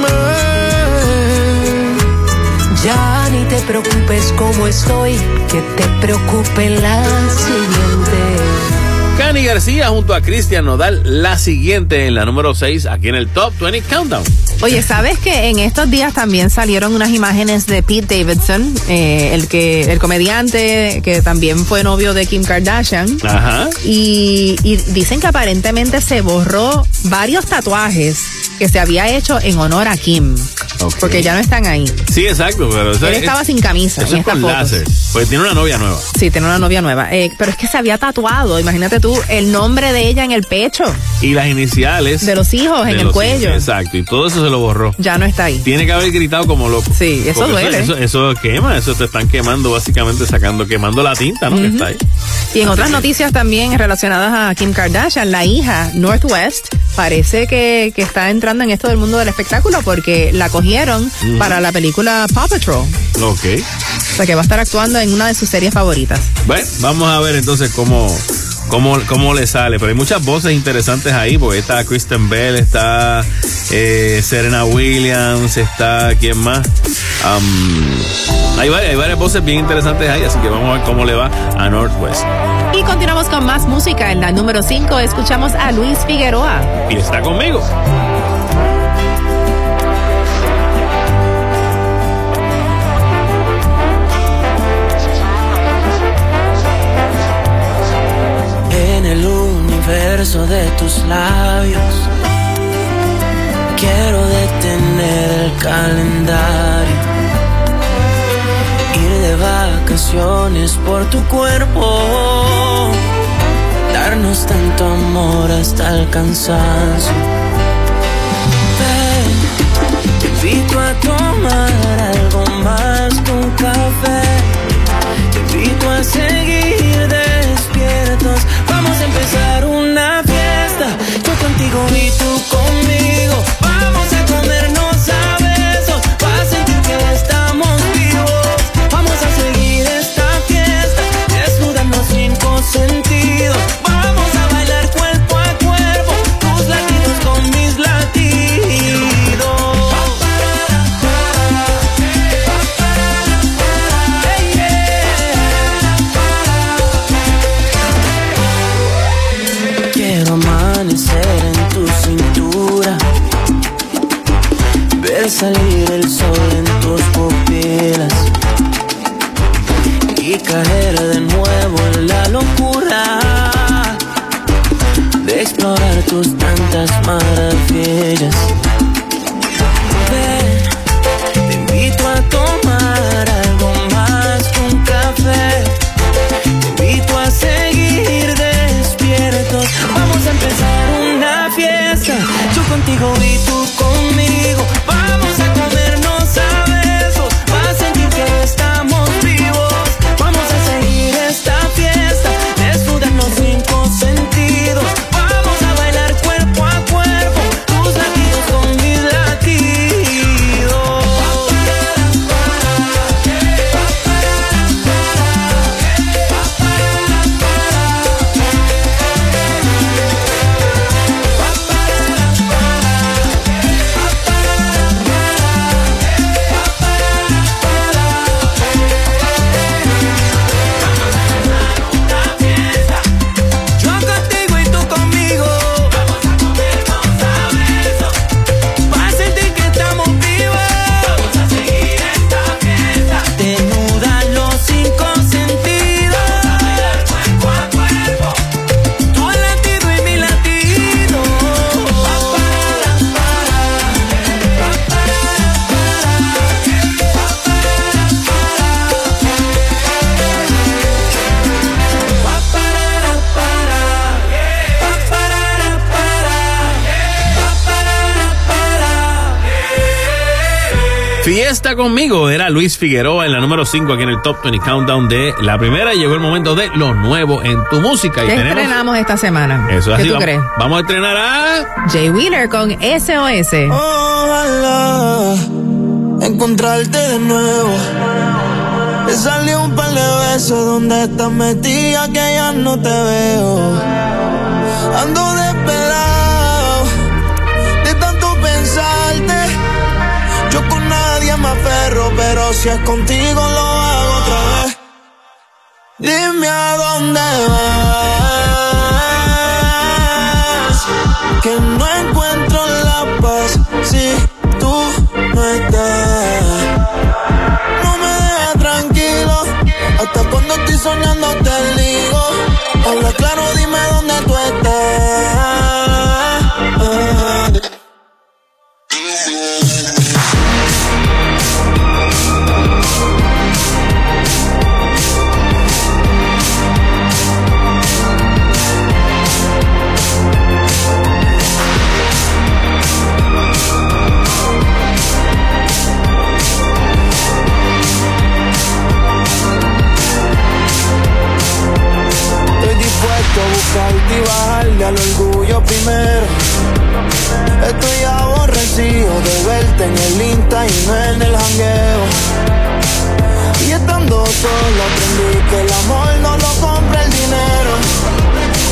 Ya ni te preocupes como estoy, que te preocupe la siguiente. Cani García junto a Cristian Nodal, la siguiente en la número seis aquí en el Top veinte Countdown. Oye, ¿sabes que en estos días también salieron unas imágenes de Pete Davidson, eh, el que el comediante que también fue novio de Kim Kardashian? Ajá. Y, y dicen que aparentemente se borró varios tatuajes que se había hecho en honor a Kim. Okay. Porque ya no están ahí. Sí, exacto, pero eso él es, estaba sin camisa. Eso en es con fotos. láser. Pues tiene una novia nueva. Sí, tiene una novia nueva. Eh, pero es que se había tatuado, imagínate tú, el nombre de ella en el pecho. Y las iniciales. De los hijos de en los el cuello. Hijos, exacto, y todo eso se lo borró. Ya no está ahí. Tiene que haber gritado como loco. Sí, eso Porque duele. Eso, eso, eso quema, eso te están quemando, básicamente sacando, quemando la tinta, ¿no? Uh-huh. Que está ahí. Y en otras noticias también relacionadas a Kim Kardashian, la hija Northwest parece que, que está entrando en esto del mundo del espectáculo porque la cogieron uh-huh. para la película Paw Patrol. Ok. O sea que va a estar actuando en una de sus series favoritas. Bueno, vamos a ver entonces cómo, cómo, cómo le sale. Pero hay muchas voces interesantes ahí, porque está Kristen Bell, está eh, Serena Williams, está ¿quién más? Um, hay, varias, hay varias voces bien interesantes ahí, así que vamos a ver cómo le va a Northwest. Y continuamos con más música. En la número cinco escuchamos a Luis Figueroa. Y está conmigo. En el universo de tus labios quiero detener el calendario, ir de vacaciones por tu cuerpo, darnos tanto amor hasta el cansancio. Ven, te invito a tomar algo más que un café, te invito a seguir despiertos. Vamos a empezar una fiesta, yo contigo y tú conmigo. Vamos a comernos a besos, para sentir que estamos vivos. Vamos a seguir esta fiesta, desnudarnos cinco sentidos. Vamos a bailar cuerpo a cuerpo, tus latidos con mis latidos. Quiero amanecer en tu cintura, ver salir el sol en tus pupilas y caer de nuevo en la locura de explorar tus tantas maravillas. Ven, te invito a tomar algo más que un café, te invito a seguir despiertos. Vamos a empezar una fiesta, yo contigo y tú conmigo. Vamos a comernos a besos, para sentir que estamos vivos. Vamos a seguir esta fiesta, desnudarnos cinco sentidos. Vamos a bailar cuerpo a cuerpo, tus latidos con mis latidos. Yo contigo y tú conmigo. Vamos a comernos a besos, para sentir que estamos vivos. Vamos a seguir esta fiesta, desnuda los cinco sentidos. Vamos a bailar cuerpo a cuerpo, tu latido y mi latido. Fiesta conmigo, era Luis Figueroa en la número cinco aquí en el Top veinte Countdown de la primera. Llegó el momento de lo nuevo en tu música. Y ¿Qué tenemos... estrenamos esta semana? Eso es ¿Qué así. tú Vamos, crees? vamos a estrenar a Jay Wheeler con S O S. Ojalá encontrarte de nuevo. Te salió un par de besos donde estás metida que ya no te veo. Ando desesperado de tanto pensarte. Yo con nadie me aferro, pero si es contigo lo hago otra vez. Dime a dónde vas, que no encuentro la paz si tú no estás. No me dejes tranquilo, hasta cuando estoy soñando te digo. Habla claro, dime dónde tú estás. Buscarte y bajarle al orgullo primero. Estoy aborrecido de verte en el Insta y no en el jangueo. Y estando solo aprendí que el amor no lo compra el dinero.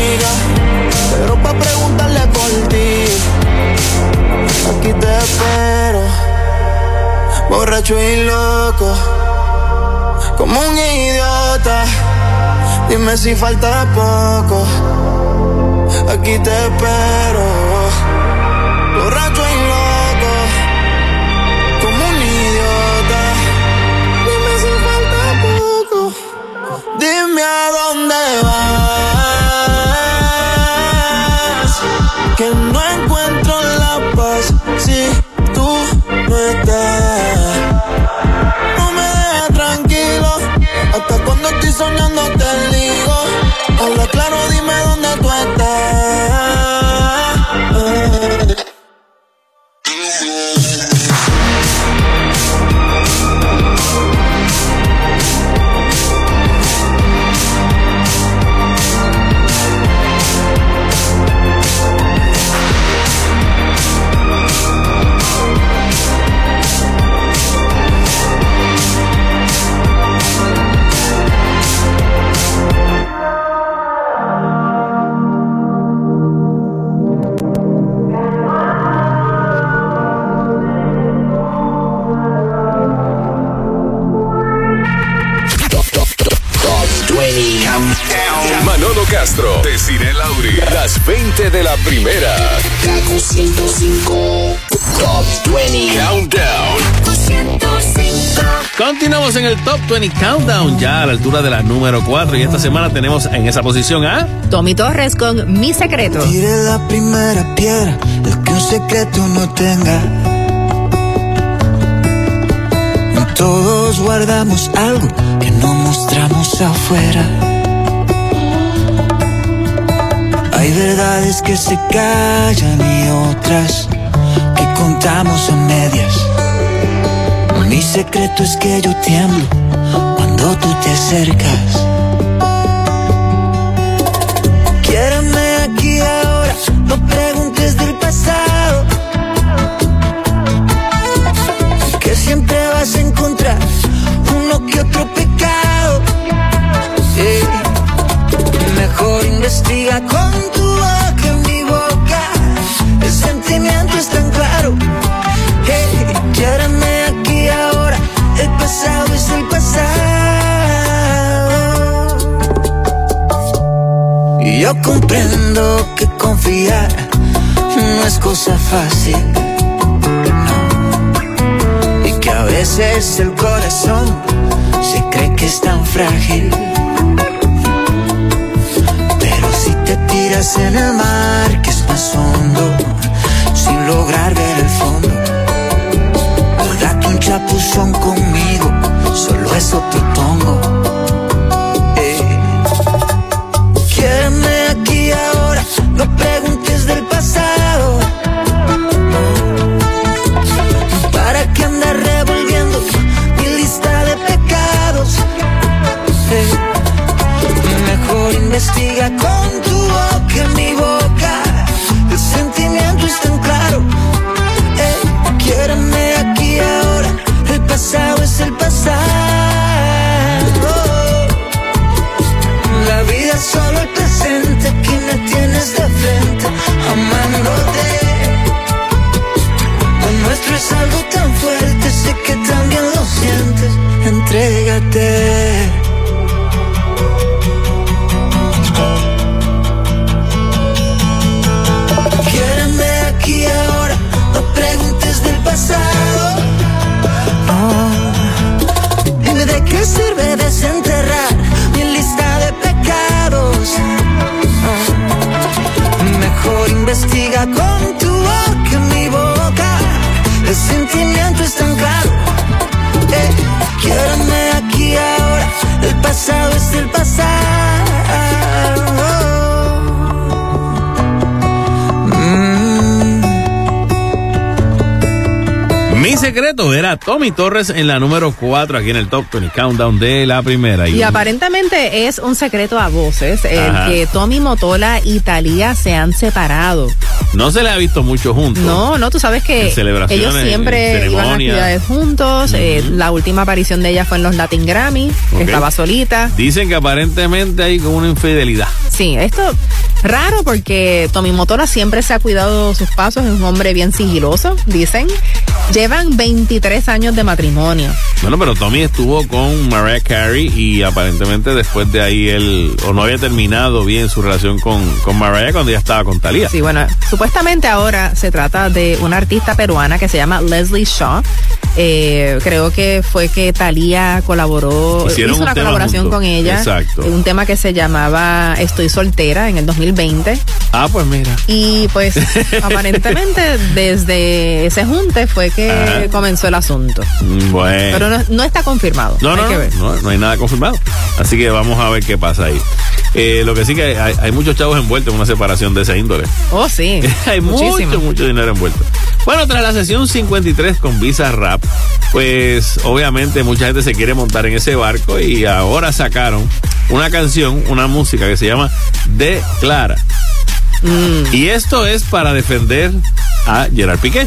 amiga, pero pa' preguntarle por ti. Aquí te espero, borracho y loco, como un idiota. Dime si falta poco. Aquí te espero, borracho y loco, como un idiota. Dime si falta poco. Dime a dónde vas, que no encuentro la paz si tú no estás. No me dejes tranquilo, hasta cuando estoy soñando te digo. Habla claro, dime dónde tú estás. Manolo Castro, Desiree Lauri, las veinte de la primera. Kaku ciento cinco, Top veinte Countdown. Continuamos en el Top veinte Countdown, ya a la altura de la número cuatro. Y esta semana tenemos en esa posición a Tommy Torres con Mi Secreto. Tire la primera piedra, el que un secreto no tenga. Todos guardamos algo que no mostramos afuera. Hay verdades que se callan y otras que contamos a medias. Mi secreto es que yo tiemblo cuando tú te acercas. Quiérame aquí ahora, no preguntes del pasado, que siempre vas a encontrar uno que otro pecado. Sí. Mejor investiga con tu boca en mi boca, el sentimiento es tan claro. Hey, quiérame aquí ahora, el pasado es el pasado. Y yo comprendo que confiar no es cosa fácil, no. Y que a veces el corazón se cree que es tan frágil. Te tiras en el mar que es más hondo, sin lograr ver el fondo. O date un chapuzón conmigo, solo eso propongo. Eh. Quiéreme aquí ahora, no preguntes del pasado. ¿Para qué andar revolviendo mi lista de pecados? Eh. Mejor investiga con tu boca en mi boca, el sentimiento secreto era Tommy Torres en la número cuatro aquí en el Top veinte Countdown de la primera. Y, y aparentemente es un secreto a voces el Ajá. que Tommy Mottola y Thalía se han separado. No se les ha visto mucho juntos. No, no, tú sabes que ellos siempre iban a actividades juntos. Uh-huh. eh, la última aparición de ella fue en los Latin Grammy, que okay. estaba solita. Dicen que aparentemente hay como una infidelidad. Sí, esto raro porque Tommy Mottola siempre se ha cuidado sus pasos, es un hombre bien sigiloso, dicen. Llevan veintitrés años de matrimonio. Bueno, pero Tommy estuvo con Mariah Carey y aparentemente después de ahí él o no había terminado bien su relación con, con Mariah cuando ya estaba con Thalía. Sí, bueno, supuestamente ahora se trata de una artista peruana que se llama Leslie Shaw. Eh, creo que fue que Thalía colaboró, Hicieron hizo un una tema colaboración juntos. con ella. Exacto. Un tema que se llamaba Estoy soltera en el dos mil veinte. Ah, pues mira. Y pues aparentemente desde ese junte fue que Ajá. comenzó el asunto. Bueno. Pero no, no está confirmado. No, hay no, que ver. no, no hay nada confirmado. Así que vamos a ver qué pasa ahí. Eh, lo que sí que hay, hay muchos chavos envueltos en una separación de esa índole. Oh, sí. Hay Muchísimo. mucho, mucho dinero envuelto. Bueno, tras la sesión cincuenta y tres con Bizarrap, pues obviamente mucha gente se quiere montar en ese barco y ahora sacaron una canción, una música que se llama Declara. Mm. Y esto es para defender a Gerard Piqué.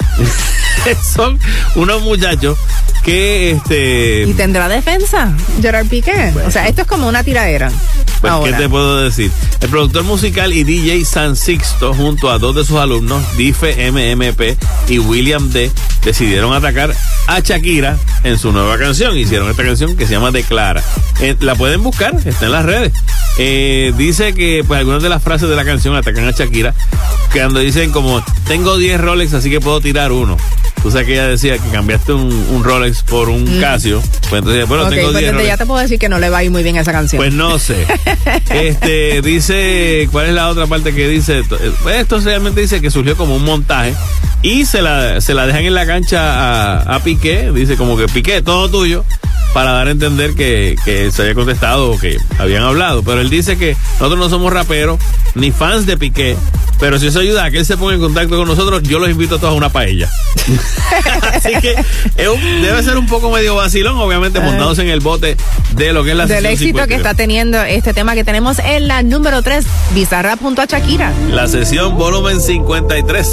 Son unos muchachos que este ¿Y tendrá defensa Gerard Piqué? Bueno. O sea, esto es como una tiradera. Pues, ahora. ¿qué te puedo decir? El productor musical y D J San Sixto, junto a dos de sus alumnos, Dife M M P y William D, decidieron atacar a Shakira en su nueva canción. Hicieron esta canción que se llama Declara. Eh, la pueden buscar, está en las redes. Eh, dice que pues algunas de las frases de la canción atacan a Shakira, que cuando dicen como, tengo diez Rolex, así que puedo tirar uno. Tú sabes que ella decía que cambiaste un, un Rolex por un mm. Casio. Pues entonces, bueno, okay, tengo pues diez Rolex. Ya te puedo decir que no le va a ir muy bien a esa canción. Pues no sé. este dice, ¿cuál es la otra parte que dice? Esto realmente dice que surgió como un montaje y se la, se la dejan en la cancha a, a Piqué. Dice como que Piqué, todo tuyo, para dar a entender que, que se había contestado o que habían hablado. Pero él dice que nosotros no somos raperos ni fans de Piqué, pero si eso ayuda a que él se ponga en contacto con nosotros, yo los invito a todos a una paella. Así que es un, debe ser un poco medio vacilón, obviamente montados en el bote de lo que es la del éxito cincuenta y tres. Que está teniendo este tema que tenemos en la número tres, Bizarrap junto a Shakira. La sesión volumen cincuenta y tres.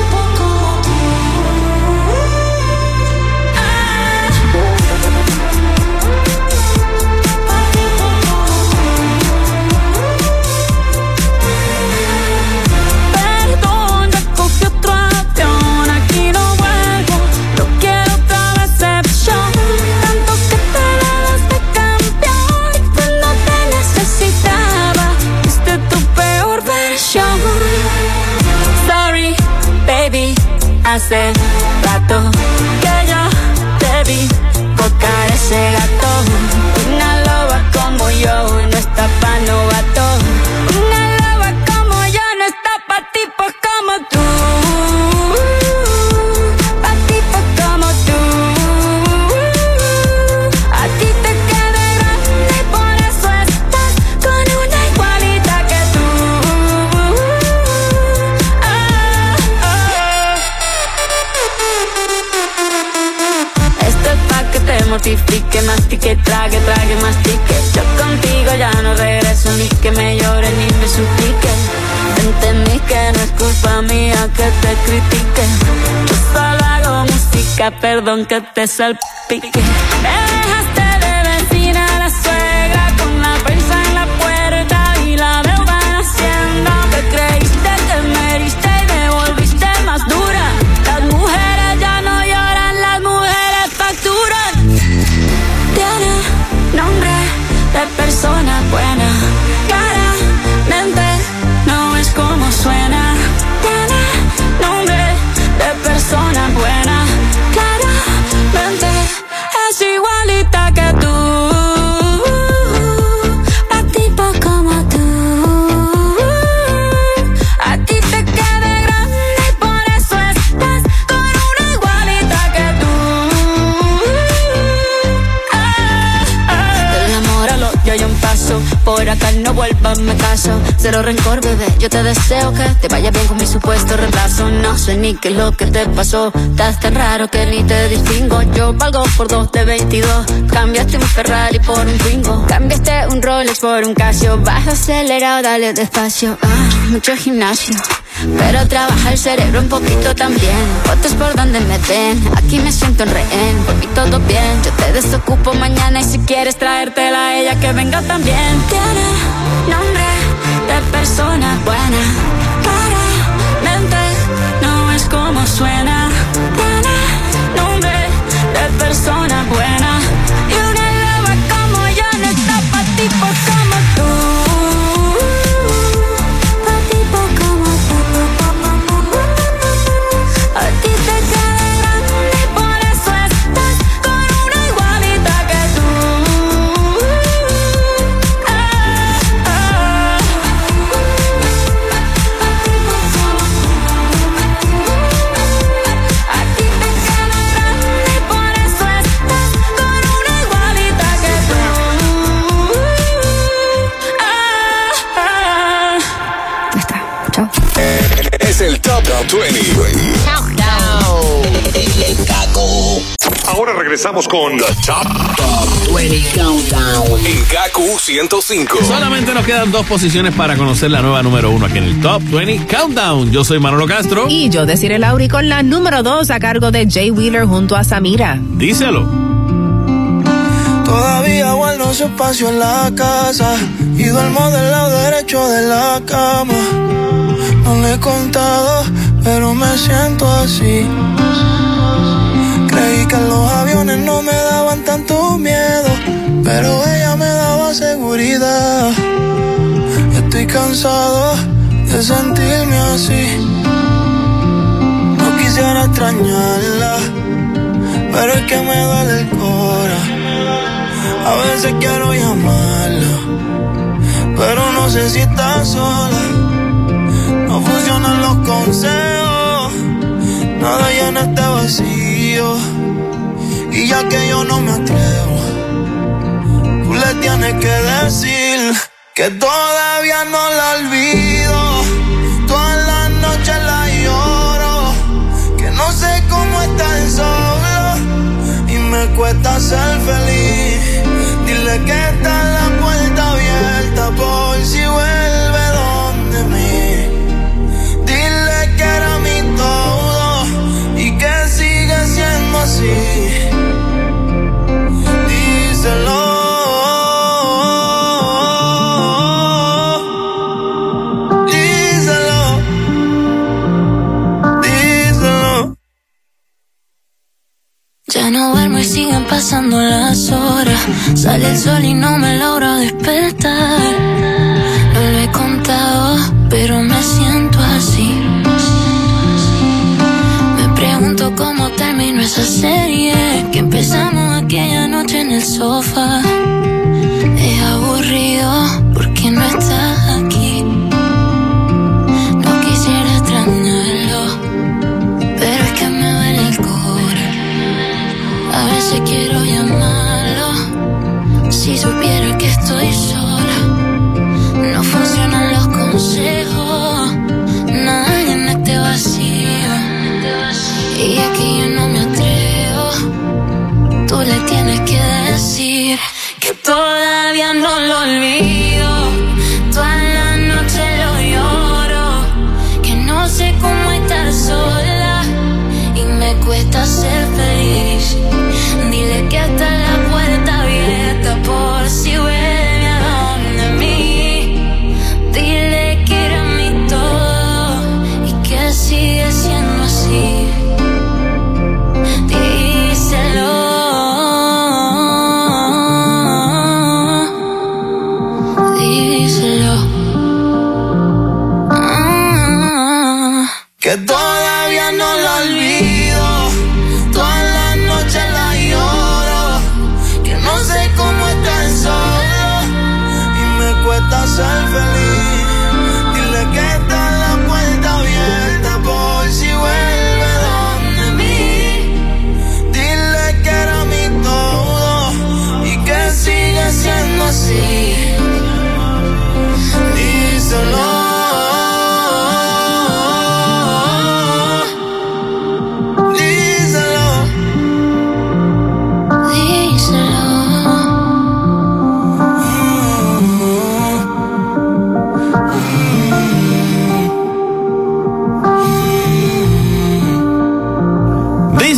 Hace rato que yo te vi tocar ese gato. Una loba como yo no está pa' novato. Una loba como yo no está pa' tipos como tú. Pa' tipos como tú. A ti te queda grande, por eso estás con una igualita que tú. Mortifique, mastique, trague, trague, mastique. Yo contigo ya no regreso, ni que me llore ni me suplique. Entendí que no es culpa mía que te critique. Yo solo hago música, perdón que te salpique. Me dejaste de vecina la suegra con la prensa en la puerta y la deuda en Hacienda. Te creíste que me heriste y me volviste más dura. Las mujeres ya no lloran, las mujeres facturan. Nombre de persona buena, claramente no es como suena. Tiene nombre de persona buena, claramente es igualita que no vuelvas, me caso. Cero rencor, bebé, yo te deseo que te vaya bien con mi supuesto reemplazo. No sé ni qué es lo que te pasó, estás tan raro que ni te distingo. Yo valgo por dos de veintidós, cambiaste un Ferrari por un Twingo. Cambiaste un Rolex por un Casio, baja acelerado, dale despacio. Ah, mucho gimnasio, pero trabaja el cerebro un poquito también. Fotos por donde me ven, aquí me siento en rehén. Por mí todo bien, yo te desocupo mañana. Y si quieres traértela a ella, que venga también. Tiene nombre de persona buena, claramente no es como suena. Tiene nombre de persona buena, y una loba como yo no está pa' tipos como tú. Es el Top veinte. Countdown. En Kaku. Ahora regresamos con The Top, Top veinte Countdown. En Kaku ciento cinco. Solamente nos quedan dos posiciones para conocer la nueva número uno aquí en el Top veinte Countdown. Yo soy Manolo Castro. Y yo, Desiree Lauri, con la número dos a cargo de Jay Wheeler junto a Samira. Díselo. Todavía guardo su espacio en la casa y duermo del lado derecho de la cama. No le he contado, pero me siento así. Creí que los aviones no me daban tanto miedo, pero ella me daba seguridad. Estoy cansado de sentirme así. No quisiera extrañarla, pero es que me duele el cora. A veces quiero llamarla, pero no sé si está sola. No funcionan los consejos, nada llena este vacío. Y ya que yo no me atrevo, tú le tienes que decir que todavía no la olvido. Todas las noches la lloro, que no sé cómo estar solo y me cuesta ser feliz. Dile que está la puerta abierta por si vuelve donde mí. Dile que era mi todo y que sigue siendo así. Díselo. Díselo. Díselo. Ya no duermo y siguen pasando las horas. Sale el sol y no me logro despertar. No lo he contado, pero me siento así. Me pregunto cómo terminó esa serie que empezamos aquella noche en el sofá. Es aburrido porque no estás aquí. No quisiera extrañarlo, pero es que me duele el cora. A veces quiero llamarlo, si supiera que estoy sola. No funcionan los consejos, nada llena este vacío. Y aquí yo no me atrevo, tú le tienes que decir que todavía no lo olvido. Toda la noche lo lloro, que no sé cómo estar sola y me cuesta ser feliz. Dile que está la puerta abierta por si vuelve a donde mí. Dile que era mi todo y que sigue siendo así. Díselo. Díselo. Ah. Que todavía no la olvido. Todas las noches la lloro, que no sé cómo estar solo y me cuesta ser feliz. Dile que está la puerta abierta por si vuelve donde mí. Dile que era mi todo y que sigue siendo así.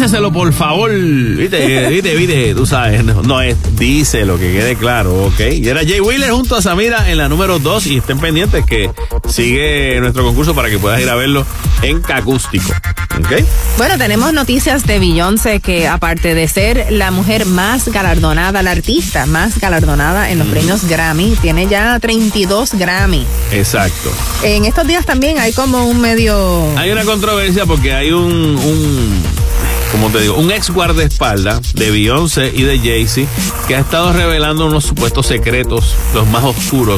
díceselo por favor. Viste, viste, viste, tú sabes, no, no es, díselo, que quede claro, ok. Y era Jay Wheeler junto a Samira en la número dos y estén pendientes que sigue nuestro concurso para que puedas ir a verlo en Cacústico, ok. Bueno, tenemos noticias de Beyoncé, que aparte de ser la mujer más galardonada, la artista más galardonada en los mm. premios Grammy, tiene ya treinta y dos Grammy. Exacto. En estos días también hay como un medio... Hay una controversia porque hay un, un como te digo, un ex guardaespaldas de Beyoncé y de Jay-Z que ha estado revelando unos supuestos secretos, los más oscuros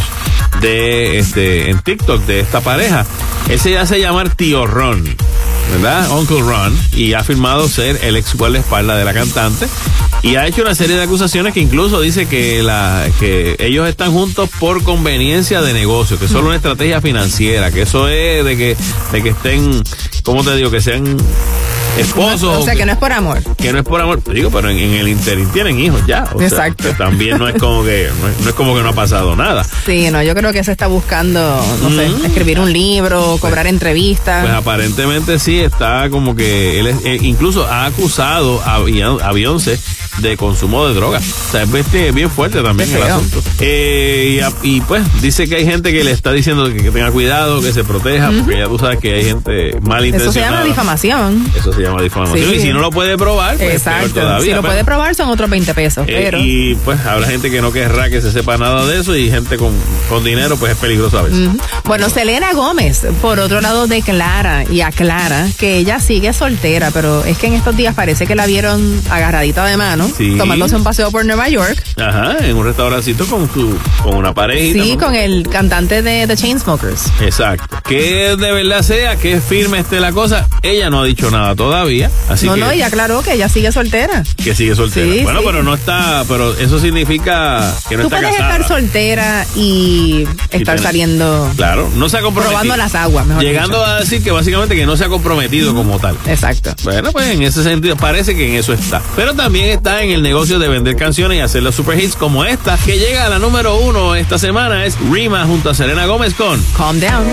de este en TikTok de esta pareja. Él se hace llamar Tío Ron, ¿verdad? Uncle Ron, y ha afirmado ser el ex guardaespaldas de la cantante y ha hecho una serie de acusaciones que incluso dice que la que ellos están juntos por conveniencia de negocio, que es solo una estrategia financiera, que eso es de que de que estén, ¿cómo te digo? Que sean esposos. O sea, que no es por amor. Que no es por amor, digo, pero en, en el interín tienen hijos ya. O Exacto. Sea, que también no es como que no es, no es como que no ha pasado nada. Sí, no, yo creo que se está buscando, no mm. sé, escribir un libro, cobrar pues, entrevistas. Pues aparentemente sí, está como que él, es, él incluso ha acusado a, a Beyoncé de consumo de drogas. O sea, es bien fuerte también el asunto. Eh, y, y pues dice que hay gente que le está diciendo que, que tenga cuidado, que se proteja, uh-huh. porque ya tú sabes que hay gente malintencionada. Eso se llama difamación. Eso se llama difamación. Sí. Y si no lo puede probar, pues exacto. peor todavía. Si lo pues, puede probar son otros veinte pesos. Eh, pero... Y pues habrá gente que no querrá que se sepa nada de eso y gente con, con dinero pues es peligroso a veces. Uh-huh. Bueno, Selena Gómez, por otro lado, declara y aclara que ella sigue soltera, pero es que en estos días parece que la vieron agarradita de mano, sí. tomándose un paseo por Nueva York. Ajá, en un restaurancito con su con una parejita. Sí, ¿no? Con el cantante de The Chainsmokers. Exacto. Que de verdad sea, que firme esté la cosa, ella no ha dicho nada todavía, así no, que... No, no, ella aclaró que ella sigue soltera. Que sigue soltera. Sí, bueno, sí. Pero no está, pero eso significa que no Tú está casada. Tú puedes estar soltera y estar y saliendo... Claro, no se ha comprometido. Probando las aguas, mejor Llegando dicho. a decir que básicamente que no se ha comprometido mm. como tal. Exacto. Bueno, pues en ese sentido parece que en eso está. Pero también está en el negocio de vender canciones y hacer los super hits como esta, que llega a la número uno esta semana. Es Rima junto a Selena Gómez con Calm Down.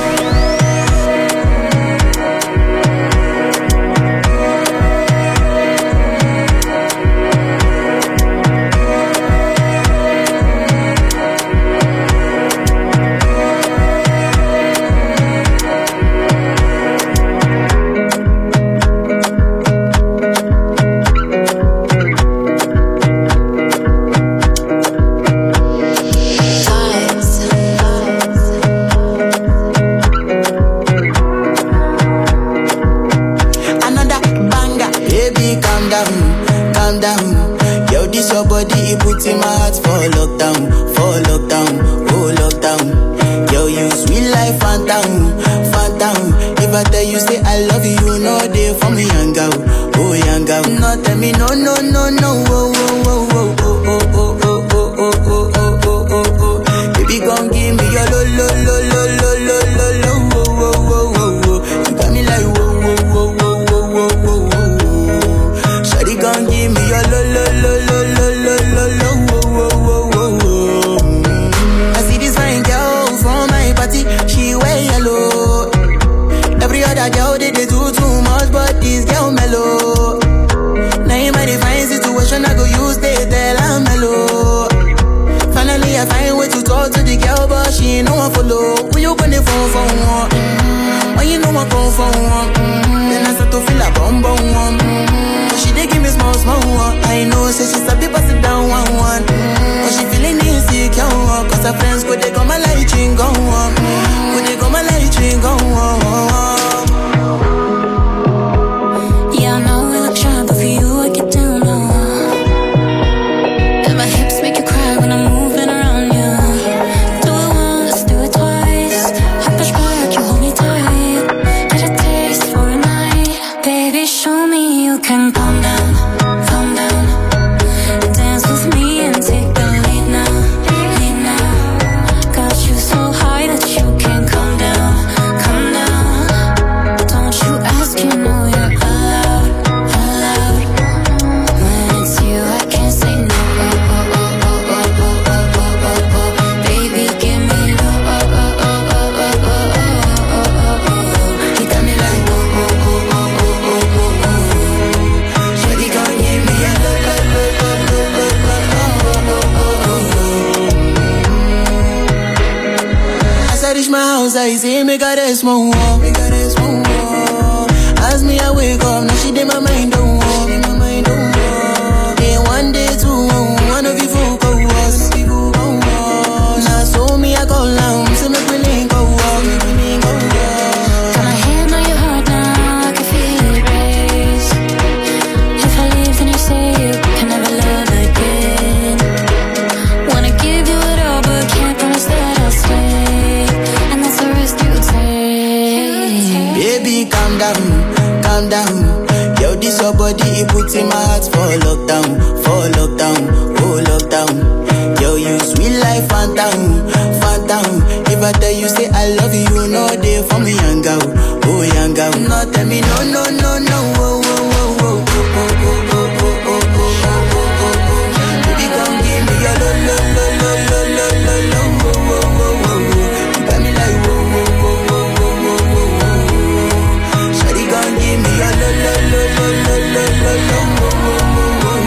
I say, make her rest more, make her rest more. As me, I wake up, now she did my mind, don't walk, my mind, don't walk. Day one, day two, one of you folk go us. Now so me, I call down, so make me link go walk, make me link go walk. Got my hand on your heart now, I can feel it race. If I leave, then you say you can never love again. Wanna give you it all, but can't promise that I'll stay. And that's the risk you take. Baby, calm down, calm down. Yo, this your body, it puts in my heart for lockdown, for lockdown, oh lockdown. Yo, you sweet life, phantom, phantom. If I tell you say I love you, you know they for me, young girl, oh young girl. No, tell me no, no, no, no, oh, oh, oh, oh, oh, oh, oh, oh, oh, oh, oh, oh. Baby, come give me your lo, lo, lo, lo, lo, lo, lo, lo, oh, oh, oh, oh. You got me like whoa, whoa, whoa, whoa, whoa, whoa, whoa. Shawty, come give me your lo, lo, lo, lo, lo, lo, lo, lo, oh, oh, oh, oh.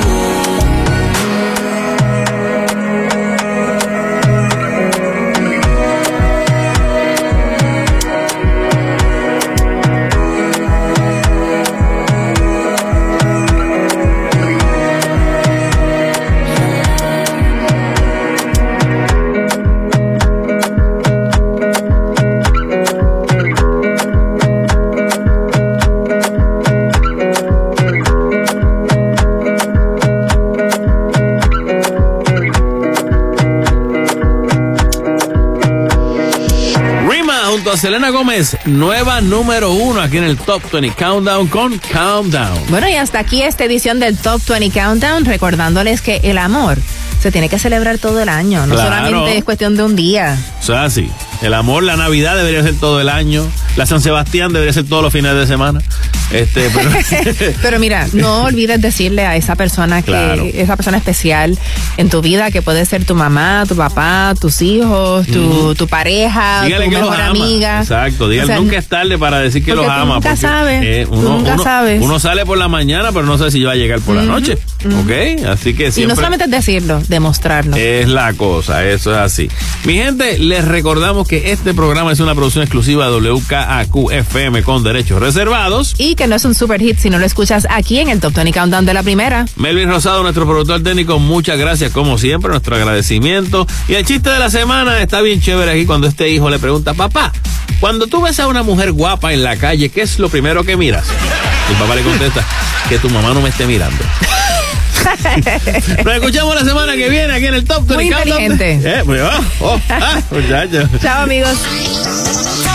Selena Gómez, nueva número uno aquí en el Top veinte Countdown con Countdown. Bueno, y hasta aquí esta edición del Top veinte Countdown, recordándoles que el amor se tiene que celebrar todo el año, no Claro. solamente es cuestión de un día. O sea, sí. El amor, la Navidad debería ser todo el año. La San Sebastián debería ser todos los fines de semana. Este, pero... Pero mira, no olvides decirle a esa persona que, Claro. esa persona especial en tu vida, que puede ser tu mamá, tu papá, tus hijos, tu, Mm. tu pareja, Dígale tu que los mejor ama. amiga. Exacto, dígale, O sea, nunca es tarde para decir que porque los tú ama. nunca porque, sabes, eh, tú uno, nunca uno- sabes. uno sale por la mañana, pero no sabe si va a llegar por la Ujú, noche. ¿Ok? Así que Y no siempre solamente es decirlo, demostrarlo. es la cosa, eso es así. Mi gente, les recordamos que este programa es una producción exclusiva de W K A Q F M con derechos reservados. Y que no es un super hit si no lo escuchas aquí en el Top veinte Countdown de la primera. Melvin Rosado, nuestro productor técnico, muchas gracias como siempre, nuestro agradecimiento. Y el chiste de la semana está bien chévere aquí cuando este hijo le pregunta, papá, cuando tú ves a una mujer guapa en la calle, ¿qué es lo primero que miras? Y el papá le contesta, que tu mamá no me esté mirando. Nos escuchamos la semana que viene aquí en el Top Muy veinte Countdown. inteligente. Eh, pues, oh, oh, ah, muchachos. Chao, amigos.